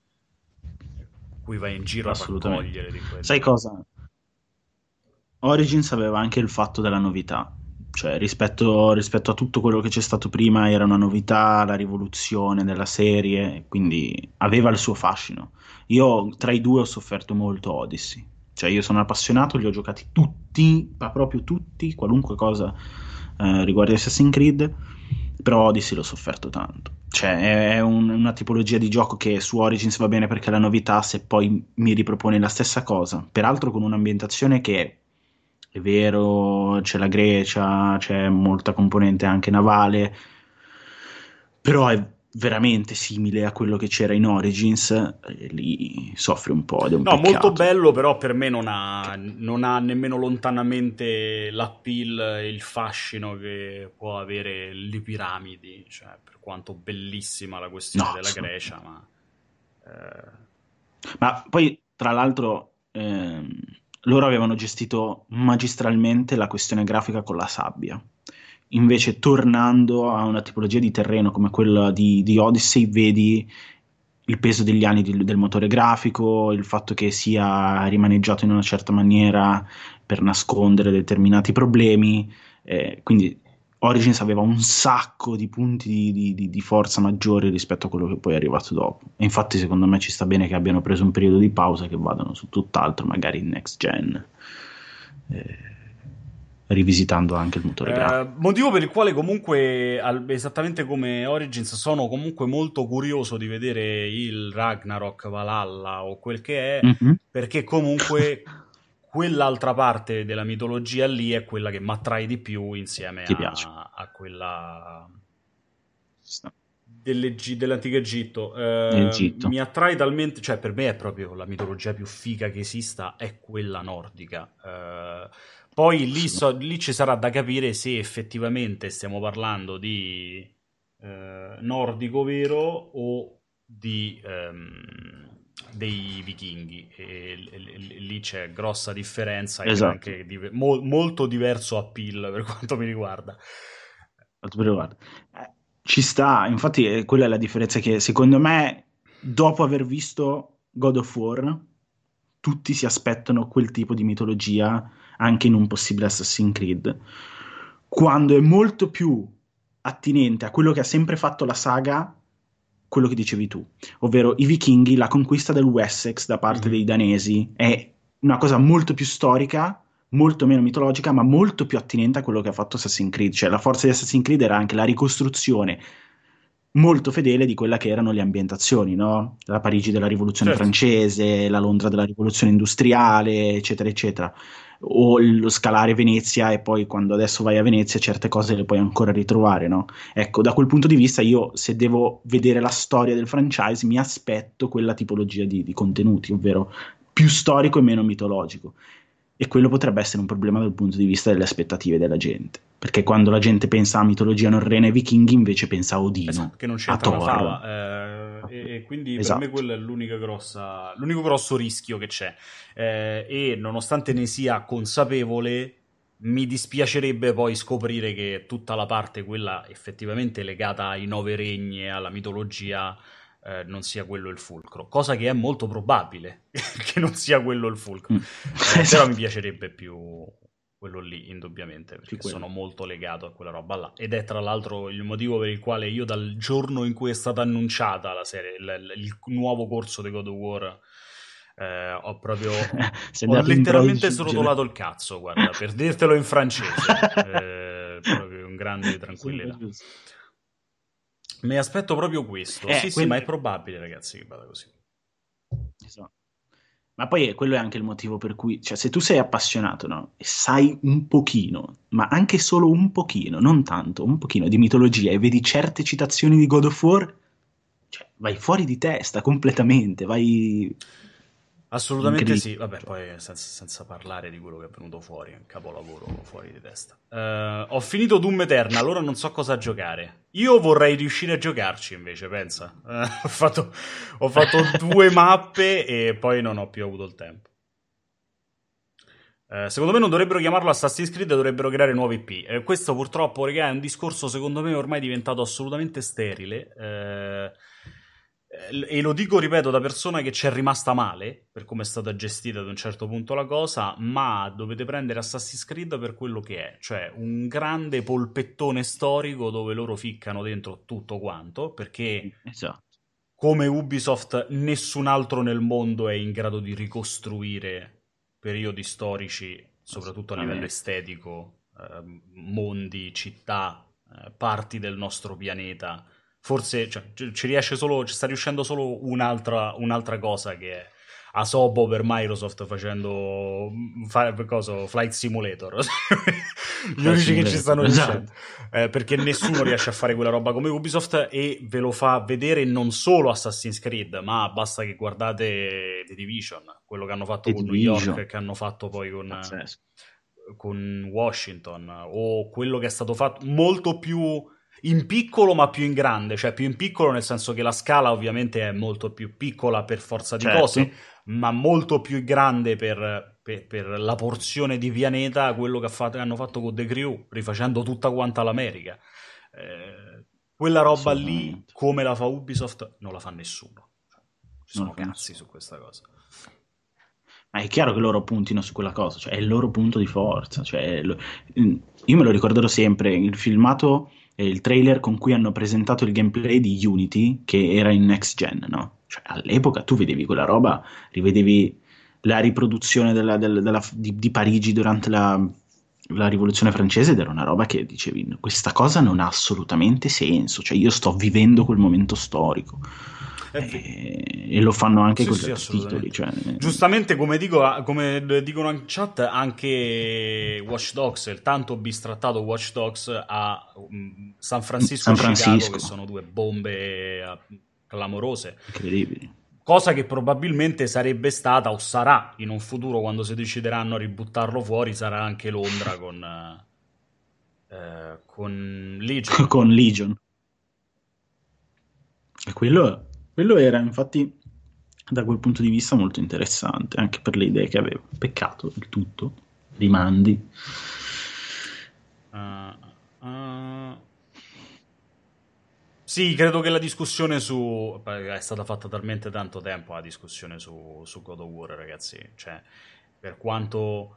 Cui vai in giro a Assolutamente. raccogliere di Sai quelli. cosa? Origins aveva anche il fatto della novità, cioè rispetto a tutto quello che c'è stato prima era una novità, la rivoluzione della serie, quindi aveva il suo fascino. Io tra i due ho sofferto molto Odyssey, cioè io sono appassionato, li ho giocati tutti, ma proprio tutti, qualunque cosa riguardi Assassin's Creed, però Odyssey l'ho sofferto tanto. Cioè è una tipologia di gioco che su Origins va bene perché è la novità, se poi mi ripropone la stessa cosa, peraltro con un'ambientazione che è vero, c'è la Grecia, c'è molta componente anche navale, però è veramente simile a quello che c'era in Origins, e lì soffri un po' ed è un No, molto peccato. bello, però per me Che- non ha nemmeno lontanamente l'appeal, il fascino che può avere le piramidi, cioè per quanto bellissima la No, questione della Grecia, assolutamente. ma eh, Ma poi, tra l'altro, loro avevano gestito magistralmente la questione grafica con la sabbia. Invece, tornando a una tipologia di terreno come quella di Odyssey, vedi il peso degli anni del motore grafico, il fatto che sia rimaneggiato in una certa maniera per nascondere determinati problemi. Quindi Origins aveva un sacco di punti di forza maggiori rispetto a quello che poi è arrivato dopo. E infatti, secondo me, ci sta bene che abbiano preso un periodo di pausa e che vadano su tutt'altro, magari in next gen, eh, rivisitando anche il motore grafico. motivo per il quale comunque, esattamente come Origins, sono comunque molto curioso di vedere il Ragnarok Valhalla o quel che è, Mhm. perché comunque quell'altra parte della mitologia lì è quella che mi attrae di più insieme Ti piace? a quella Sta. dell'antico Egitto. Egitto. Mi attrae talmente, cioè per me è proprio la mitologia più figa che esista, è quella nordica. Poi lì, Sì. lì ci sarà da capire se effettivamente stiamo parlando di nordico vero o di dei vichinghi, e lì c'è grossa differenza e Esatto. anche molto diverso appeal per quanto mi riguarda. Quanto mi riguarda. Ci sta, infatti quella è la differenza che secondo me dopo aver visto God of War tutti si aspettano quel tipo di mitologia anche in un possibile Assassin's Creed, quando è molto più attinente a quello che ha sempre fatto la saga, quello che dicevi tu, ovvero i vichinghi, la conquista del Wessex da parte dei Mhm. danesi è una cosa molto più storica, molto meno mitologica, ma molto più attinente a quello che ha fatto Assassin's Creed. Cioè, la forza di Assassin's Creed era anche la ricostruzione molto fedele di quella che erano le ambientazioni, no? La Parigi della Rivoluzione Certo. francese, la Londra della Rivoluzione industriale, eccetera, eccetera. O lo scalare Venezia e poi quando adesso vai a Venezia certe cose le puoi ancora ritrovare, no? Ecco, da quel punto di vista io se devo vedere la storia del franchise mi aspetto quella tipologia di contenuti, ovvero più storico e meno mitologico. E quello potrebbe essere un problema dal punto di vista delle aspettative della gente, perché quando la gente pensa a mitologia norrena e vichinghi invece pensa a Esatto, Odino, che non a c'entra una Thor. fava, e quindi per me Esatto. quello è l'unico grosso rischio che c'è. E nonostante ne sia consapevole, mi dispiacerebbe poi scoprire che tutta la parte, quella effettivamente legata ai nove regni e alla mitologia, non sia quello il fulcro, cosa che è molto probabile che non sia quello il fulcro. Mm. Però mi Esatto, piacerebbe più quello lì, indubbiamente, più perché sono quello. molto legato a quella roba là. Ed è tra l'altro il motivo per il quale io dal giorno in cui è stata annunciata la serie, il nuovo corso di God of War, ho proprio... Sei Ho andato in letteralmente progine. srotolato il cazzo, guarda, per dirtelo in francese. Proprio un grande di Sembra tranquillità. giusto. Mi aspetto proprio questo. Sì, sì, ma è Quel... probabile, ragazzi, che vada così. esatto. Ma poi quello è anche il motivo per cui, cioè, se tu sei appassionato, no? E sai un pochino, ma anche solo un pochino, non tanto, un pochino di mitologia e vedi certe citazioni di God of War, cioè, vai fuori di testa completamente, vai Assolutamente incredibile. sì, vabbè, Cioè. poi senza parlare di quello che è venuto fuori, è un capolavoro fuori di testa. Ho finito Doom Eternal, allora non so cosa giocare. Io vorrei riuscire a giocarci invece, pensa. Ho fatto due mappe e poi non ho più avuto il tempo. Secondo me non dovrebbero chiamarlo Assassin's Creed, dovrebbero creare nuovi IP. Questo purtroppo, regà, è un discorso secondo me ormai diventato assolutamente sterile. E lo dico, ripeto, da persona che ci è rimasta male per come è stata gestita ad un certo punto la cosa, ma dovete prendere Assassin's Creed per quello che è, cioè un grande polpettone storico dove loro ficcano dentro tutto quanto, perché Esatto, come Ubisoft nessun altro nel mondo è in grado di ricostruire periodi storici, soprattutto a livello assolutamente. estetico, mondi, città, parti del nostro pianeta. Forse cioè, ci riesce solo, ci sta riuscendo solo un'altra cosa che è Asobo per Microsoft facendo Flight Simulator. Gli Flight unici che ci Simulator, stanno riuscendo, esatto. perché nessuno riesce a fare quella roba come Ubisoft e ve lo fa vedere non solo Assassin's Creed, ma basta che guardate The Division, quello che hanno fatto The con New York, Division, che hanno fatto poi pazzesco. con Washington, o quello che è stato fatto molto più in piccolo ma più in grande, cioè più in piccolo nel senso che la scala ovviamente è molto più piccola per forza di cose, Certo, ma molto più grande per la porzione di pianeta, quello che hanno fatto con The Crew, rifacendo tutta quanta l'America. Quella roba lì, assolutamente. come la fa Ubisoft, non la fa nessuno. Ci Non lo sono fa cazzi nessuno. su questa cosa. Ma è chiaro che loro puntino su quella cosa, cioè è il loro punto di forza. Io me lo ricorderò sempre, il filmato e il trailer con cui hanno presentato il gameplay di Unity, che era in next gen, no? Cioè all'epoca tu vedevi quella roba, rivedevi la riproduzione di Parigi durante la rivoluzione francese ed era una roba che dicevi, questa cosa non ha assolutamente senso, cioè io sto vivendo quel momento storico. È vero. E lo fanno anche Sì, con gli sì, altri titoli. assolutamente. Cioè, Giustamente, come dicono in chat, anche Watch Dogs, il tanto bistrattato Watch Dogs, a San Francisco e San Chicago, che Francisco, sono due bombe clamorose. incredibili. Cosa che probabilmente sarebbe stata o sarà in un futuro, quando si decideranno a ributtarlo fuori, sarà anche Londra con Legion. Con Legion. E quello era infatti da quel punto di vista molto interessante, anche per le idee che aveva. Peccato il tutto, rimandi. Uh, uh, Sì, credo che la discussione su... È stata fatta talmente tanto tempo la discussione su God of War, ragazzi. Cioè, per quanto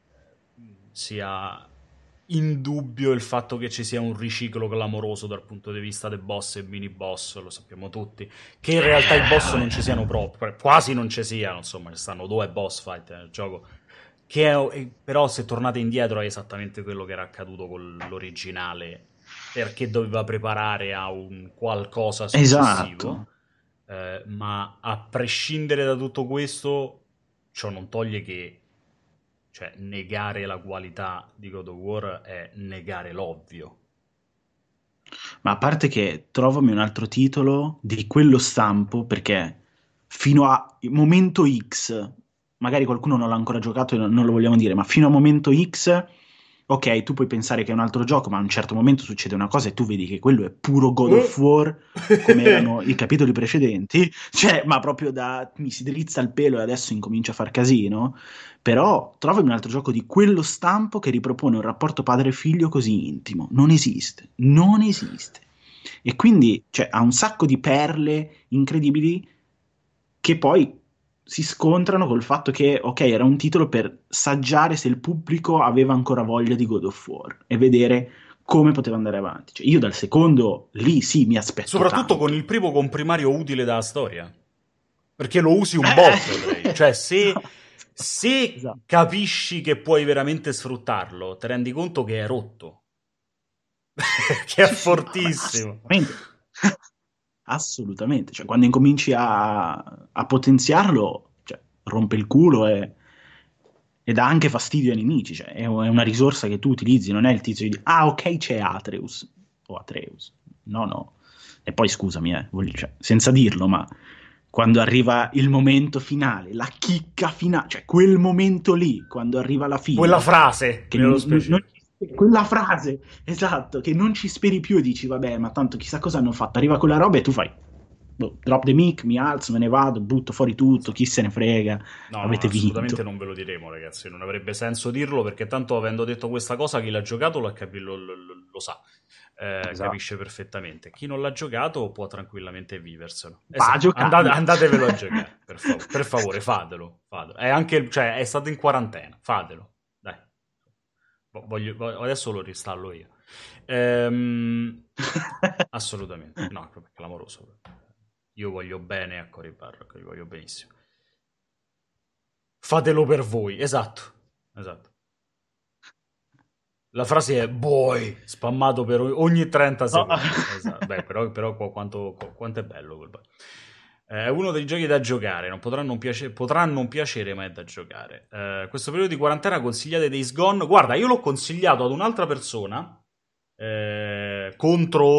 sia indubbio il fatto che ci sia un riciclo clamoroso dal punto di vista dei boss e mini boss, lo sappiamo tutti. Che in realtà i boss non ci siano proprio, quasi non ci siano, insomma, ci stanno due boss fight nel gioco. Però se tornate indietro è esattamente quello che era accaduto con l'originale, perché doveva preparare a un qualcosa successivo. Esatto. Ma a prescindere da tutto questo, ciò non toglie che, cioè, negare la qualità di God of War è negare l'ovvio. Ma a parte che trovami un altro titolo di quello stampo, perché fino a momento X, magari qualcuno non l'ha ancora giocato e non lo vogliamo dire, ma fino a momento X, ok, tu puoi pensare che è un altro gioco, ma a un certo momento succede una cosa e tu vedi che quello è puro God of War, come erano i capitoli precedenti, cioè, ma proprio da mi si drizza il pelo e adesso incomincia a far casino. Però trovami un altro gioco di quello stampo che ripropone un rapporto padre-figlio così intimo. Non esiste, non esiste. E quindi cioè, ha un sacco di perle incredibili che poi si scontrano col fatto che, ok, era un titolo per saggiare se il pubblico aveva ancora voglia di God of War e vedere come poteva andare avanti. Cioè, io dal secondo lì sì mi aspetto Soprattutto con il tanto. primo comprimario utile dalla storia. Perché lo usi un botto, Dre. Eh, Cioè, se esatto. capisci che puoi veramente sfruttarlo, ti rendi conto che è rotto. Che è Sì, sì, no, ma fortissimo. assolutamente. Assolutamente. Cioè, quando incominci a potenziarlo, cioè, rompe il culo e dà anche fastidio ai nemici. Cioè, è una risorsa che tu utilizzi, non è il tizio di ah, ok, c'è Atreus o Atreus. No, no. E poi scusami, cioè, senza dirlo, ma quando arriva il momento finale, la chicca finale, cioè quel momento lì, quando arriva alla Quella fine, frase, che nello non specifico. quella frase, esatto, che non ci speri più e dici, vabbè, ma tanto chissà cosa hanno fatto. Arriva quella roba e tu fai, boh, drop the mic, mi alzo, me ne vado, butto fuori tutto, chi se ne frega, No, no, avete assolutamente vinto. non ve lo diremo, ragazzi. Non avrebbe senso dirlo perché tanto avendo detto questa cosa, chi l'ha giocato lo sa. Esatto. Capisce perfettamente. Chi non l'ha giocato può tranquillamente viverselo. Va a Esatto. giocarlo. Andatevelo a giocare, per favore, fatelo. Fatelo. Cioè, è stato in quarantena, fatelo. Dai. Adesso lo ristallo io. Ehm, Assolutamente. No, è clamoroso. Io voglio bene a Cory Barrock, io voglio benissimo. Fatelo per voi, esatto. Esatto. La frase è boy, spammato per ogni 30 No. secondi. Esatto. Beh, però quanto è bello quel. È uno dei giochi da giocare, non potrà non piacere, ma è da giocare. Questo periodo di quarantena consigliate Days Gone. Guarda, io l'ho consigliato ad un'altra persona contro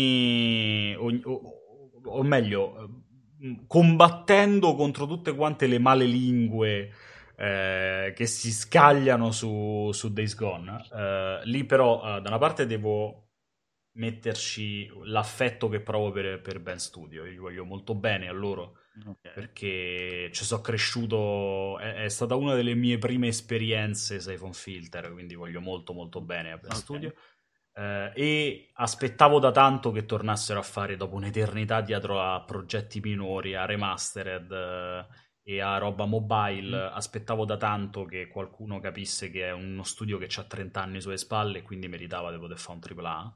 o meglio, combattendo contro tutte quante le male lingue che si scagliano su Days Gone. Lì però da una parte devo metterci l'affetto che provo per Ben Studio. Io gli voglio molto bene a loro Ok, perché ci sono cresciuto, è stata una delle mie prime esperienze Siphon Filter, quindi voglio molto molto bene a Ben ok. Studio. E aspettavo da tanto che tornassero a fare dopo un'eternità dietro a progetti minori, a remastered e a roba mobile. Mm. Aspettavo da tanto che qualcuno capisse che è uno studio che ha 30 anni sulle spalle e quindi meritava di poter fare un AAA.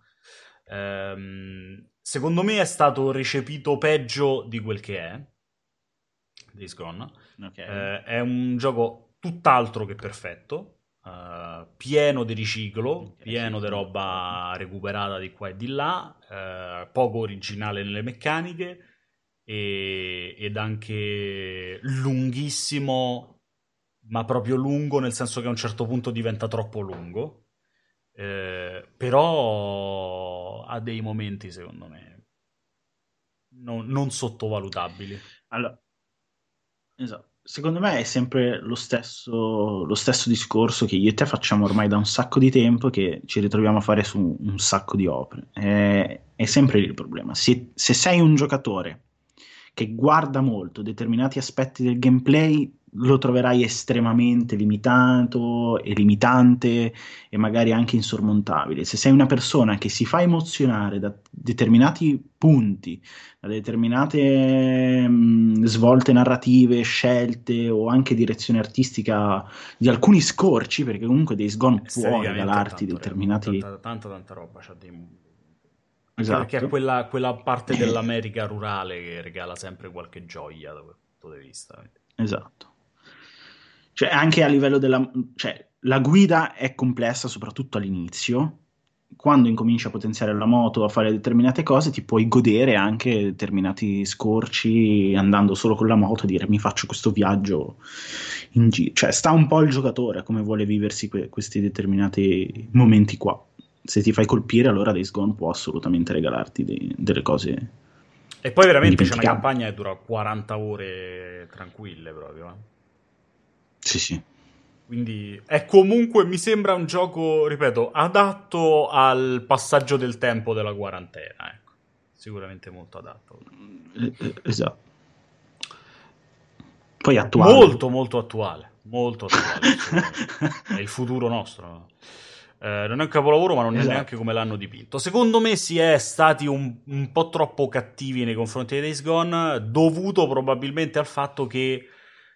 Secondo me è stato recepito peggio di quel che è Days Gone. Ok, È un gioco tutt'altro che perfetto, pieno di riciclo, ok, sì, pieno di sono d'accordo. roba recuperata di qua e di là, poco originale nelle meccaniche, ed anche lunghissimo, ma proprio lungo, nel senso che a un certo punto diventa troppo lungo. Però ha dei momenti, secondo me, non sottovalutabili. Allora, esatto. Secondo me è sempre lo stesso discorso che io e te facciamo ormai da un sacco di tempo, che ci ritroviamo a fare su un sacco di opere. È sempre lì il problema. Se sei un giocatore che guarda molto determinati aspetti del gameplay, lo troverai estremamente limitato e limitante e magari anche insormontabile. Se sei una persona che si fa emozionare da determinati punti, da determinate svolte narrative, scelte o anche direzione artistica di alcuni scorci, perché comunque Days Gone può Esteticamente è regalarti tanto, determinati... tanta roba. Anche perché è Esatto. quella parte Eh, dell'America rurale che regala sempre qualche gioia da quel punto di vista. esatto. Cioè, anche a livello della... Cioè, la guida è complessa, soprattutto all'inizio. Quando incominci a potenziare la moto, a fare determinate cose, ti puoi godere anche determinati scorci andando solo con la moto e dire mi faccio questo viaggio in giro. Cioè, sta un po' il giocatore a come vuole viversi questi determinati momenti qua. Se ti fai colpire, allora Days Gone può assolutamente regalarti delle cose E poi veramente c'è una indimenticabili. campagna che dura 40 ore tranquille proprio. Sì, sì. Quindi è comunque, mi sembra un gioco, ripeto, adatto al passaggio del tempo della quarantena. Ecco. Sicuramente molto adatto. Esatto. Poi attuale. Molto, molto attuale, assolutamente. È il futuro nostro. No? Non è un capolavoro, ma non è neanche Esatto. come l'hanno dipinto. Secondo me si è stati un po' troppo cattivi nei confronti di Days Gone, dovuto probabilmente al fatto che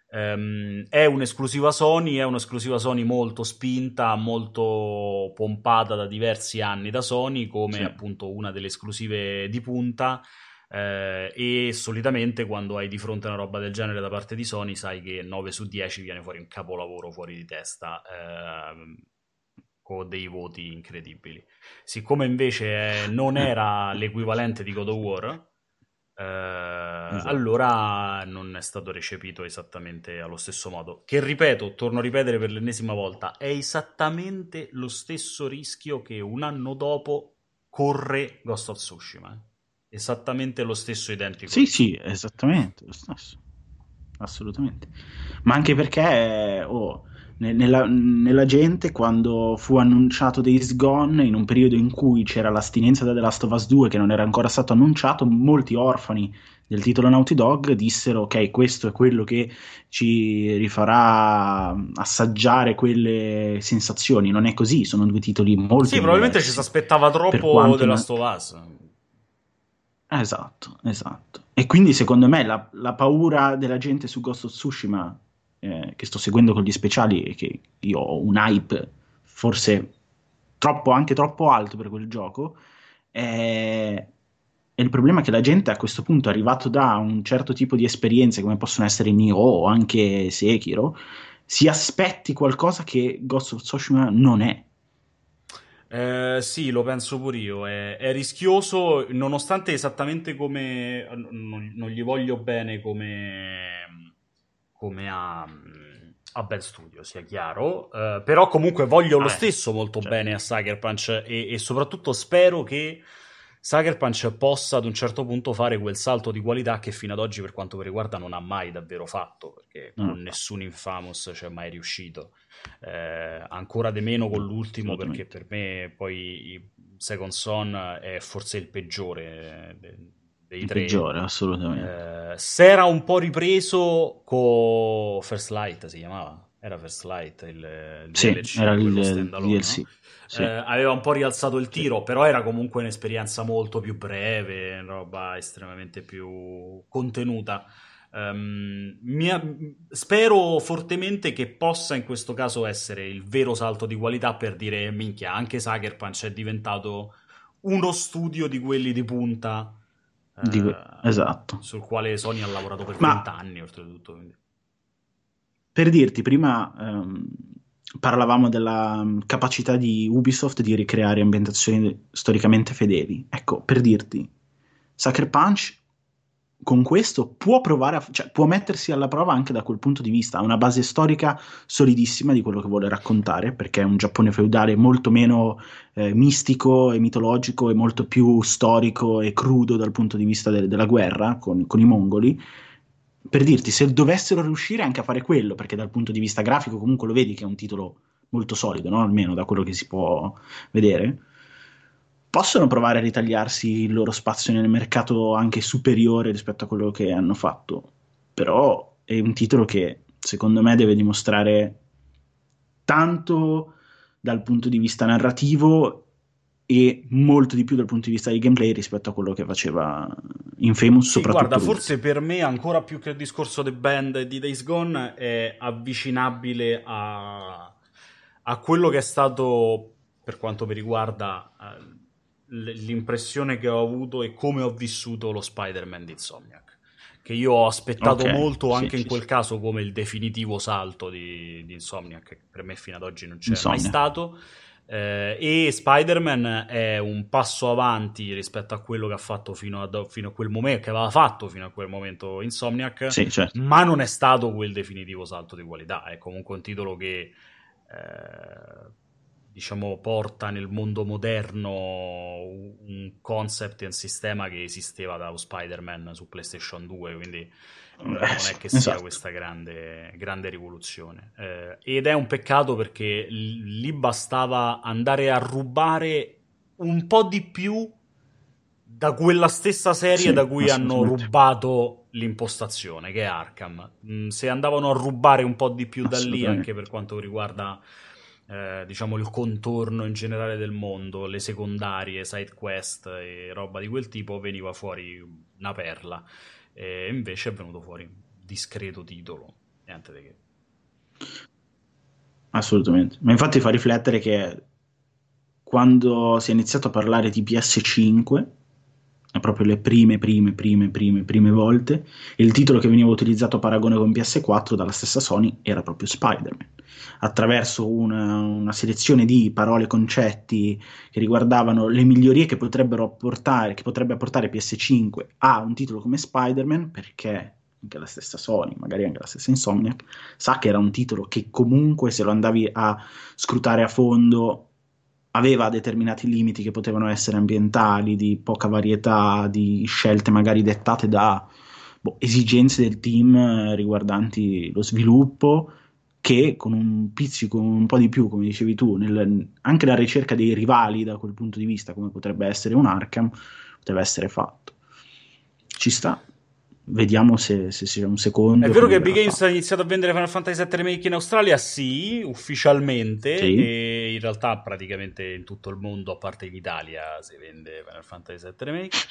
è un'esclusiva Sony molto spinta, molto pompata da diversi anni da Sony, come Sì. appunto una delle esclusive di punta. E solitamente quando hai di fronte una roba del genere da parte di Sony sai che 9 su 10 viene fuori un capolavoro fuori di testa, con dei voti incredibili. Siccome invece non era l'equivalente di God of War, Esatto. allora non è stato recepito esattamente allo stesso modo. Che ripeto, torno a ripetere per l'ennesima volta, è esattamente lo stesso rischio che un anno dopo corre Ghost of Tsushima. Esattamente lo stesso identico Sì, sì, rischio. esattamente lo stesso. Assolutamente. Ma anche perché nella gente, quando fu annunciato Days Gone, in un periodo in cui c'era l'astinenza da The Last of Us 2 che non era ancora stato annunciato, molti orfani del titolo Naughty Dog dissero: Ok, questo è quello che ci rifarà assaggiare quelle sensazioni. Non è così, sono due titoli Sì, molto probabilmente ci si diversi. aspettava Per troppo quanto The Last of Us. Esatto, esatto. E quindi secondo me la paura della gente su Ghost of Tsushima, che sto seguendo con gli speciali, e che io ho un hype forse troppo, anche troppo alto per quel gioco, è il problema che la gente a questo punto, arrivato da un certo tipo di esperienze, come possono essere Nioh o anche Sekiro, si aspetti qualcosa che Ghost of Tsushima non è. Sì, lo penso pure io. È rischioso, nonostante esattamente come. Non gli voglio bene come a Ben Studio, sia chiaro. Però comunque voglio lo Vabbè, stesso molto cioè, bene a Sucker Punch e soprattutto spero che Sucker Punch possa ad un certo punto fare quel salto di qualità che fino ad oggi, per quanto mi riguarda, non ha mai davvero fatto, perché no, con nessun Infamous c'è mai riuscito. Ancora di meno con no, l'ultimo, perché assolutamente. per me poi Second Son è forse il peggiore dei Il tre. peggiore, assolutamente. S'era un po' ripreso con First Light, si chiamava. Era First Light il Sì, era DLC, quello il standalone, no? DLC. Sì, Aveva un po' rialzato il sì. tiro, però era comunque un'esperienza molto più breve, una roba estremamente più contenuta. Spero fortemente che possa in questo caso essere il vero salto di qualità per dire, minchia, anche Sucker Punch è diventato uno studio di quelli di punta, Esatto. sul quale Sony ha lavorato per Ma 20 anni, oltretutto. Quindi. per dirti, prima parlavamo della capacità di Ubisoft di ricreare ambientazioni storicamente fedeli. Ecco, per dirti, Sucker Punch con questo può provare cioè, può mettersi alla prova anche da quel punto di vista. Ha una base storica solidissima di quello che vuole raccontare, perché è un Giappone feudale molto meno mistico e mitologico e molto più storico e crudo dal punto di vista della guerra con i mongoli. Per dirti, se dovessero riuscire anche a fare quello, perché dal punto di vista grafico comunque lo vedi che è un titolo molto solido, no? Almeno da quello che si può vedere, possono provare a ritagliarsi il loro spazio nel mercato anche superiore rispetto a quello che hanno fatto. Però è un titolo che secondo me deve dimostrare tanto dal punto di vista narrativo e molto di più dal punto di vista di gameplay rispetto a quello che faceva Infamous, Sì, guarda, soprattutto l'ultimo. forse per me ancora più che il discorso The Band e di Days Gone è avvicinabile a quello che è stato, per quanto mi riguarda, l'impressione che ho avuto e come ho vissuto lo Spider-Man di Insomniac. Che io ho aspettato Ok, molto sì, anche in sì, quel sì. caso come il definitivo salto di Insomniac, che per me fino ad oggi non c'è mai Insomnia. stato. E Spider-Man è un passo avanti rispetto a quello che ha fatto fino a quel momento, che aveva fatto fino a quel momento Insomniac, Sì, certo. ma non è stato quel definitivo salto di qualità. È comunque un titolo che diciamo porta nel mondo moderno un concept e un sistema che esisteva da Spider-Man su PlayStation 2, quindi non Sì, è che sia esatto. questa grande rivoluzione. Ed è un peccato perché lì bastava andare a rubare un po' di più da quella stessa serie da Sì, cui hanno assolutamente. rubato l'impostazione, che è Arkham. Se andavano a rubare un po' di più da lì, anche per Assolutamente. quanto riguarda diciamo il contorno in generale del mondo, le secondarie, side quest e roba di quel tipo, veniva fuori una perla. E invece è venuto fuori un discreto titolo, niente di che. Assolutamente. Ma infatti fa riflettere che quando si è iniziato a parlare di PS5, proprio le prime volte, il titolo che veniva utilizzato a paragone con PS4 dalla stessa Sony era proprio Spider-Man. Attraverso una selezione di parole e concetti che riguardavano le migliorie che potrebbe apportare PS5 a un titolo come Spider-Man, perché anche la stessa Sony, magari anche la stessa Insomniac, sa che era un titolo che comunque se lo andavi a scrutare a fondo aveva determinati limiti che potevano essere ambientali, di poca varietà, di scelte magari dettate da esigenze del team riguardanti lo sviluppo, che con un pizzico, un po' di più, come dicevi tu, anche la ricerca dei rivali da quel punto di vista, come potrebbe essere un Arkham, poteva essere fatto. Ci sta. Vediamo se c'è un È secondo, vero come che Epic verrà Games ha fatto. iniziato a vendere Final Fantasy VII Remake in Australia? Sì, ufficialmente, Sì? e in realtà praticamente in tutto il mondo, a parte in Italia, si vende Final Fantasy VII Remake.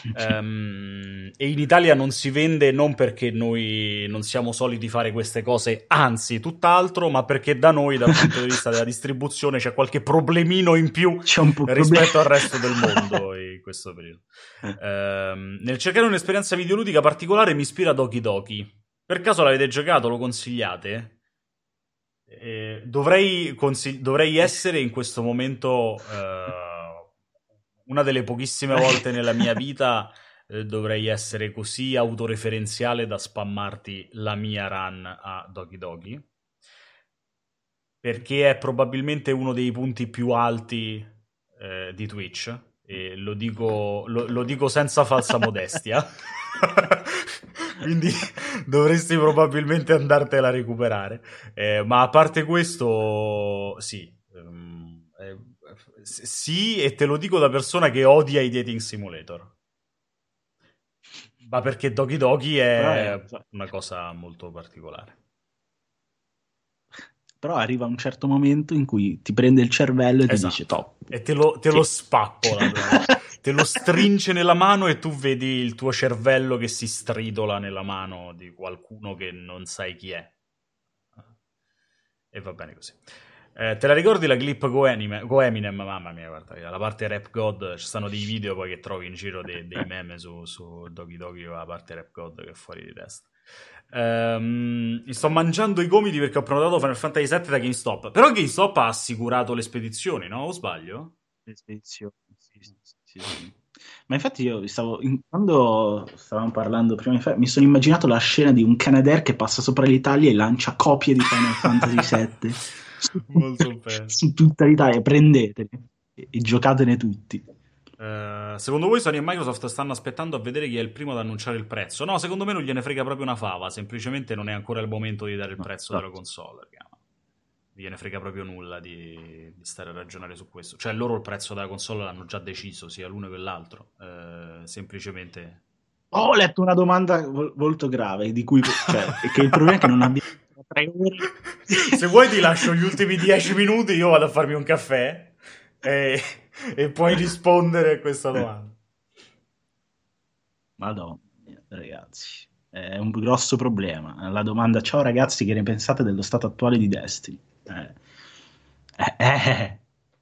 E in Italia non si vende non perché noi non siamo soliti fare queste cose, anzi, tutt'altro, ma perché da noi, dal punto di vista della distribuzione, c'è qualche problemino in più C'è un po' problema. rispetto al resto del mondo in questo periodo. Nel cercare un'esperienza videoludica particolare mi ispira Doki Doki. Per caso l'avete giocato? Lo consigliate? Dovrei essere in questo momento una delle pochissime volte nella mia vita dovrei essere così autoreferenziale da spammarti la mia run a Doki Doki perché è probabilmente uno dei punti più alti di Twitch e lo dico senza falsa modestia. Quindi dovresti probabilmente andartela a recuperare. Ma a parte questo, sì. Sì, e te lo dico da persona che odia i dating simulator. Ma perché Doki Doki Però, è una cosa molto particolare. però arriva un certo momento in cui ti prende il cervello e ti dice Esatto. top. E te lo Sì. spappola proprio. Te lo stringe nella mano e tu vedi il tuo cervello che si stridola nella mano di qualcuno che non sai chi è. E va bene così. Te la ricordi la clip Go Eminem? Mamma mia, guarda, la parte Rap God, ci stanno dei video poi che trovi in giro dei meme su Doki Doki con la parte Rap God che è fuori di testa. Mi sto mangiando i gomiti perché ho prenotato Final Fantasy VII da GameStop. Però GameStop ha assicurato le spedizioni, no? O sbaglio? Le spedizioni, sì, sì, sì, sì, sì. Ma infatti quando stavamo parlando prima, mi sono immaginato la scena di un Canadair che passa sopra l'Italia e lancia copie di Final Fantasy VII su, Molto bene. su tutta l'Italia, prendeteli e giocatene tutti. Secondo voi Sony e Microsoft stanno aspettando a vedere chi è il primo ad annunciare il prezzo? No, secondo me non gliene frega proprio una fava, semplicemente non è ancora il momento di dare il No, prezzo della esatto. console, raga. Non gliene frega proprio nulla di stare a ragionare su questo. Cioè, loro il prezzo della console l'hanno già deciso, sia l'uno che l'altro. Semplicemente... Ho letto una domanda molto grave, di cui, cioè, che il problema è che non abbiamo 3 ore. Se vuoi ti lascio gli ultimi 10 minuti, io vado a farmi un caffè e, e puoi rispondere a questa domanda. Madonna mia, ragazzi, è un grosso problema. La domanda, ciao ragazzi, che ne pensate dello stato attuale di Destiny? Eh, eh, eh,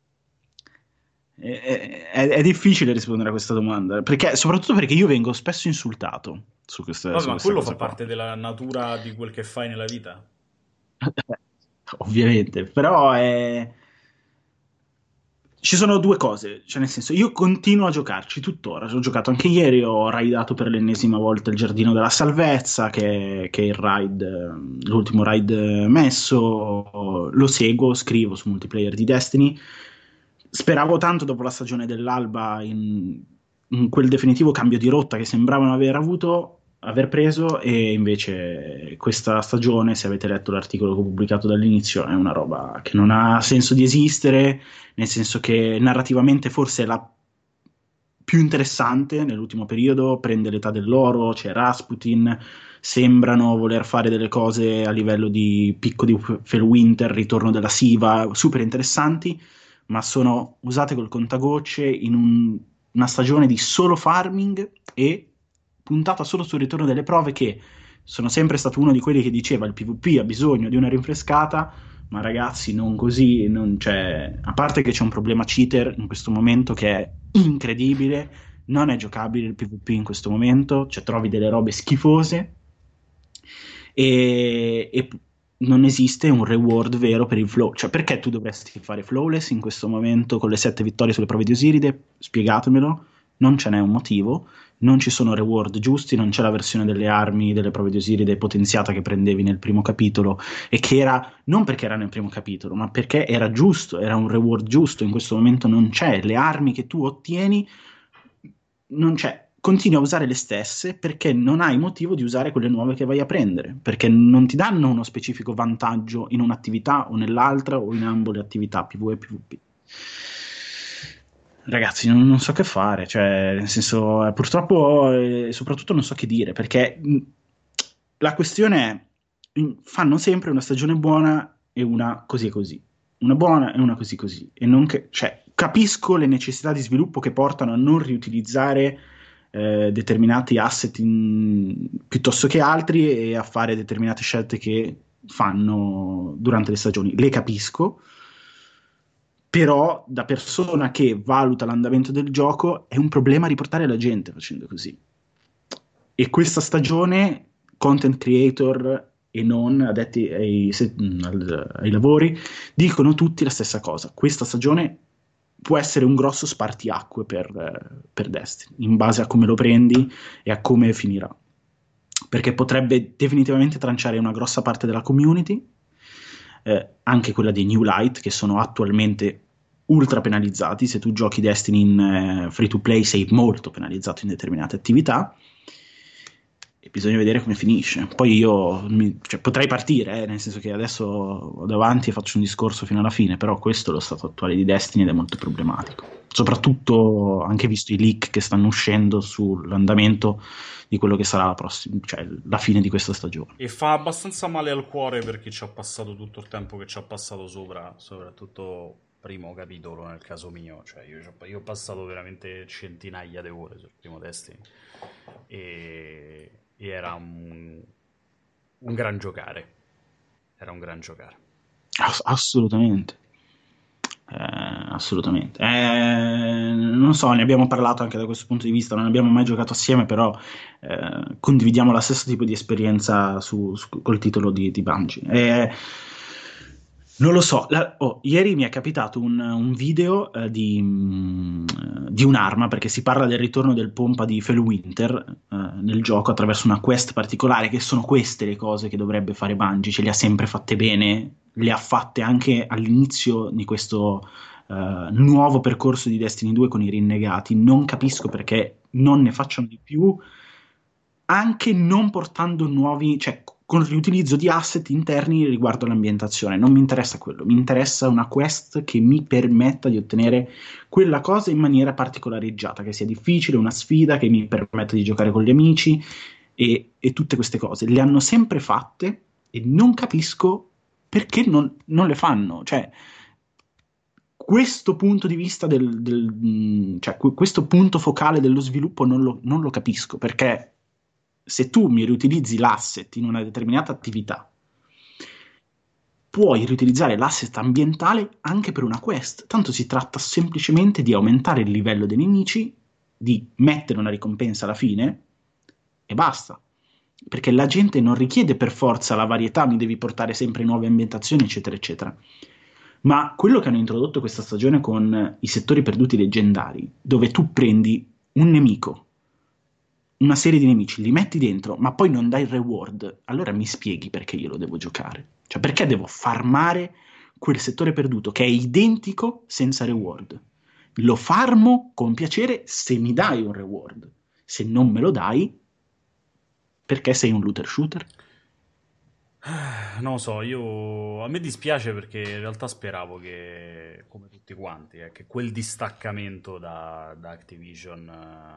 è difficile rispondere a questa domanda, perché, soprattutto perché io vengo spesso insultato Vabbè, su ma questa quello cosa fa qua. parte della natura di quel che fai nella vita. Ovviamente, però ci sono due cose, cioè nel senso, io continuo a giocarci tuttora, ci ho giocato anche ieri, ho raidato per l'ennesima volta il Giardino della Salvezza, che è il raid, l'ultimo raid messo, lo seguo, scrivo su multiplayer di Destiny, speravo tanto dopo la stagione dell'Alba in quel definitivo cambio di rotta che sembravano aver avuto, aver preso, e invece questa stagione, se avete letto l'articolo che ho pubblicato dall'inizio, è una roba che non ha senso di esistere, nel senso che narrativamente forse è la più interessante nell'ultimo periodo, prende l'età dell'oro, c'è Rasputin, sembrano voler fare delle cose a livello di picco di Felwinter, ritorno della Siva, super interessanti, ma sono usate col contagocce in una stagione di solo farming e puntata solo sul ritorno delle prove, che sono sempre stato uno di quelli che diceva il PvP ha bisogno di una rinfrescata, ma ragazzi, non così, a parte che c'è un problema cheater in questo momento che è incredibile, non è giocabile il PvP in questo momento, cioè trovi delle robe schifose e non esiste un reward vero per il flow. Cioè, perché tu dovresti fare flawless in questo momento con le 7 vittorie sulle prove di Osiride? Spiegatemelo, non ce n'è un motivo, non ci sono reward giusti, non c'è la versione delle armi delle prove di Osiride potenziata che prendevi nel primo capitolo e che era non perché era nel primo capitolo, ma perché era giusto, era un reward giusto. In questo momento non c'è, le armi che tu ottieni non c'è. Continui a usare le stesse perché non hai motivo di usare quelle nuove che vai a prendere, perché non ti danno uno specifico vantaggio in un'attività o nell'altra o in ambo le attività PvE e PvP. Ragazzi, non so che fare, cioè, nel senso, purtroppo, soprattutto non so che dire, perché la questione è, fanno sempre una stagione buona e una così e così, una buona e una così così, e non cioè, capisco le necessità di sviluppo che portano a non riutilizzare determinati asset piuttosto che altri e a fare determinate scelte che fanno durante le stagioni, le capisco, però da persona che valuta l'andamento del gioco è un problema riportare la gente facendo così. E questa stagione, content creator e non addetti ai lavori, dicono tutti la stessa cosa. Questa stagione può essere un grosso spartiacque per Destiny, in base a come lo prendi e a come finirà. Perché potrebbe definitivamente tranciare una grossa parte della community, anche quella dei New Light, che sono attualmente ultra penalizzati. Se tu giochi Destiny in free to play sei molto penalizzato in determinate attività e bisogna vedere come finisce. Poi io cioè, potrei partire, nel senso che adesso ho davanti e faccio un discorso fino alla fine, però questo è lo stato attuale di Destiny ed è molto problematico. Soprattutto anche visto i leak che stanno uscendo sull'andamento di quello che sarà cioè, la fine di questa stagione. E fa abbastanza male al cuore per chi ci ha passato tutto il tempo che ci ha passato sopra, soprattutto primo capitolo nel caso mio. Cioè io ho passato veramente centinaia di ore sul primo Destiny e era un gran giocare. Era un gran giocare. Assolutamente. Assolutamente. Non so, ne abbiamo parlato anche da questo punto di vista, non abbiamo mai giocato assieme, però condividiamo lo stesso tipo di esperienza col titolo di Bungie. Non lo so, ieri mi è capitato un video di un'arma, perché si parla del ritorno del pompa di Felwinter nel gioco attraverso una quest particolare, che sono queste le cose che dovrebbe fare Bungie, ce le ha sempre fatte bene, le ha fatte anche all'inizio di questo nuovo percorso di Destiny 2 con i rinnegati. Non capisco perché non ne facciano di più, anche non portando nuovi, cioè con il riutilizzo di asset interni riguardo all'ambientazione. Non mi interessa quello, mi interessa una quest che mi permetta di ottenere quella cosa in maniera particolareggiata, che sia difficile, una sfida che mi permetta di giocare con gli amici e tutte queste cose. Le hanno sempre fatte e non capisco perché non le fanno. Cioè, questo punto di vista cioè, questo punto focale dello sviluppo non lo capisco, perché se tu mi riutilizzi l'asset in una determinata attività, puoi riutilizzare l'asset ambientale anche per una quest. Tanto si tratta semplicemente di aumentare il livello dei nemici, di mettere una ricompensa alla fine e basta. Perché la gente non richiede per forza la varietà, mi devi portare sempre nuove ambientazioni, eccetera, eccetera. Ma quello che hanno introdotto questa stagione con i settori perduti leggendari, dove tu prendi un nemico, una serie di nemici, li metti dentro, ma poi non dai il reward, allora mi spieghi perché io lo devo giocare. Cioè, perché devo farmare quel settore perduto che è identico senza reward? Lo farmo con piacere se mi dai un reward. Se non me lo dai, perché sei un looter shooter? Non lo so, a me dispiace perché in realtà speravo che, come tutti quanti, che quel distaccamento da Activision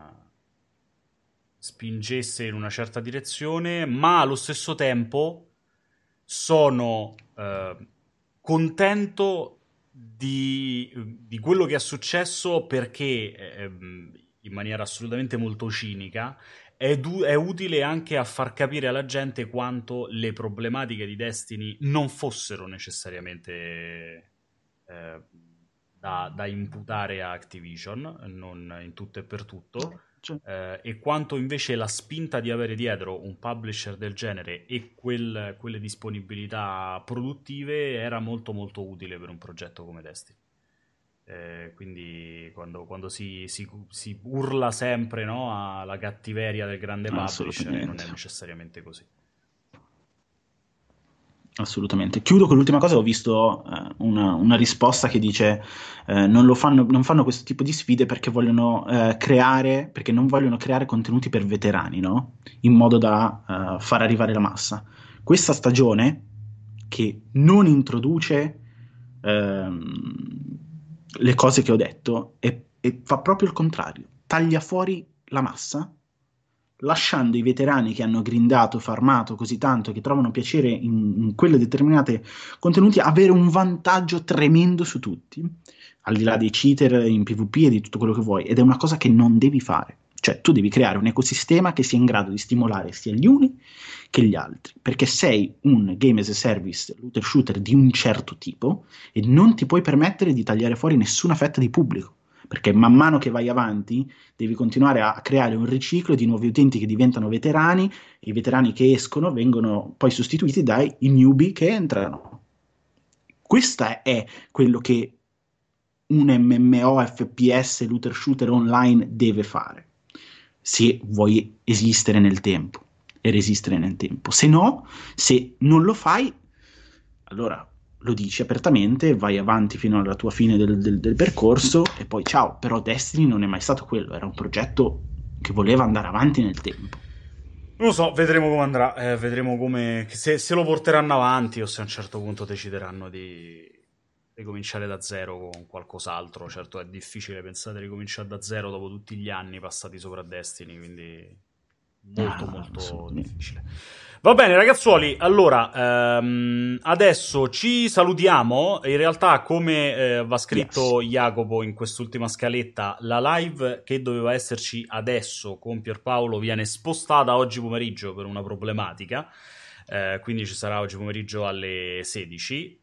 spingesse in una certa direzione, ma allo stesso tempo sono contento di quello che è successo perché, in maniera assolutamente molto cinica, è utile anche a far capire alla gente quanto le problematiche di Destiny non fossero necessariamente eh, da imputare a Activision, non in tutto e per tutto, Cioè, e quanto invece la spinta di avere dietro un publisher del genere e quelle disponibilità produttive era molto molto utile per un progetto come Destiny. Quindi quando si urla sempre, no, alla cattiveria del grande publisher, non è assolutamente. necessariamente così. Assolutamente. Chiudo con l'ultima cosa, ho visto una risposta che dice non fanno questo tipo di sfide perché vogliono creare, perché non vogliono creare contenuti per veterani, no? In modo da far arrivare la massa. Questa stagione che non introduce le cose che ho detto e fa proprio il contrario, taglia fuori la massa lasciando i veterani che hanno grindato, farmato così tanto, che trovano piacere in quelle determinate contenuti, avere un vantaggio tremendo su tutti, al di là dei cheater in PvP e di tutto quello che vuoi, ed è una cosa che non devi fare. Cioè, tu devi creare un ecosistema che sia in grado di stimolare sia gli uni che gli altri, perché sei un game as a service looter shooter di un certo tipo e non ti puoi permettere di tagliare fuori nessuna fetta di pubblico, perché man mano che vai avanti devi continuare a creare un riciclo di nuovi utenti che diventano veterani, e i veterani che escono vengono poi sostituiti dai newbie che entrano. Questo è quello che un MMO FPS looter shooter online deve fare se vuoi esistere nel tempo e resistere nel tempo. Se no, se non lo fai, allora lo dici apertamente, vai avanti fino alla tua fine del percorso e poi ciao. Però Destiny non è mai stato quello, era un progetto che voleva andare avanti nel tempo. Non lo so, vedremo come andrà, vedremo come, se lo porteranno avanti o se a un certo punto decideranno di ricominciare da zero con qualcos'altro. Certo è difficile pensare di ricominciare da zero dopo tutti gli anni passati sopra Destiny, quindi molto Ah, molto assolutamente. difficile. Va bene ragazzuoli, allora adesso ci salutiamo. In realtà, come va Yes. scritto Jacopo in quest'ultima scaletta, la live che doveva esserci adesso con Pierpaolo viene spostata oggi pomeriggio per una problematica. Quindi ci sarà oggi pomeriggio alle 16.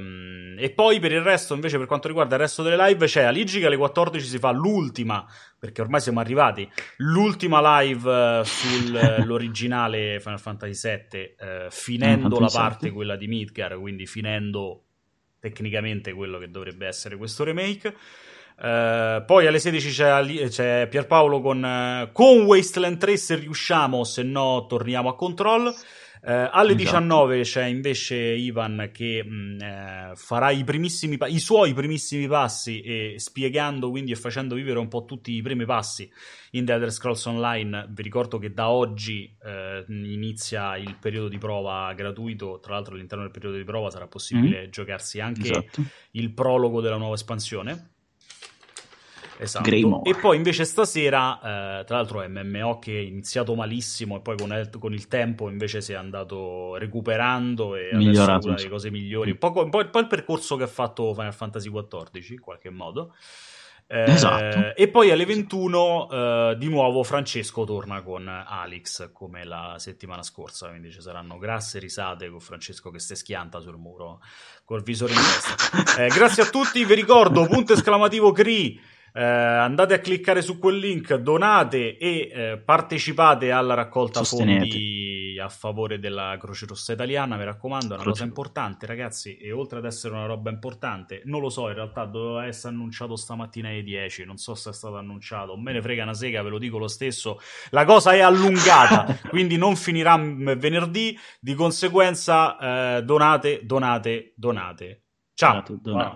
E poi per il resto, invece, per quanto riguarda il resto delle live, c'è Aligi che alle 14 si fa l'ultima, perché ormai siamo arrivati, l'ultima live sull'originale Final Fantasy VII, Final finendo la Fantasy parte VII. quella di Midgar, quindi finendo tecnicamente quello che dovrebbe essere questo remake. Poi alle 16 c'è Pierpaolo con Wasteland 3 se riusciamo, se no torniamo a Control. Alle Esatto. 19 c'è invece Ivan che farà i suoi primissimi passi, e spiegando quindi e facendo vivere un po' tutti i primi passi in The Elder Scrolls Online. Vi ricordo che da oggi inizia il periodo di prova gratuito. Tra l'altro all'interno del periodo di prova sarà possibile giocarsi anche Esatto. il prologo della nuova espansione. Esatto. Greymore. E poi invece stasera, tra l'altro MMO che è iniziato malissimo e poi con il tempo invece si è andato recuperando e adesso è Migliorato una un delle sacco. cose migliori. Un po' il percorso che ha fatto Final Fantasy XIV, in qualche modo. Esatto. E poi alle Esatto. 21 di nuovo Francesco torna con Alex come la settimana scorsa, quindi ci saranno grasse risate con Francesco che si schianta sul muro col visore in testa. Grazie a tutti, vi ricordo punto esclamativo CRI. Andate a cliccare su quel link, donate e partecipate alla raccolta Sostenete. fondi a favore della Croce Rossa Italiana. Mi raccomando, è una cosa importante, ragazzi. E oltre ad essere una roba importante, non lo so, in realtà doveva essere annunciato stamattina alle 10. Non so se è stato annunciato, me ne frega una sega, ve lo dico lo stesso. La cosa è allungata, quindi non finirà venerdì. Di conseguenza, donate. Ciao. Donate.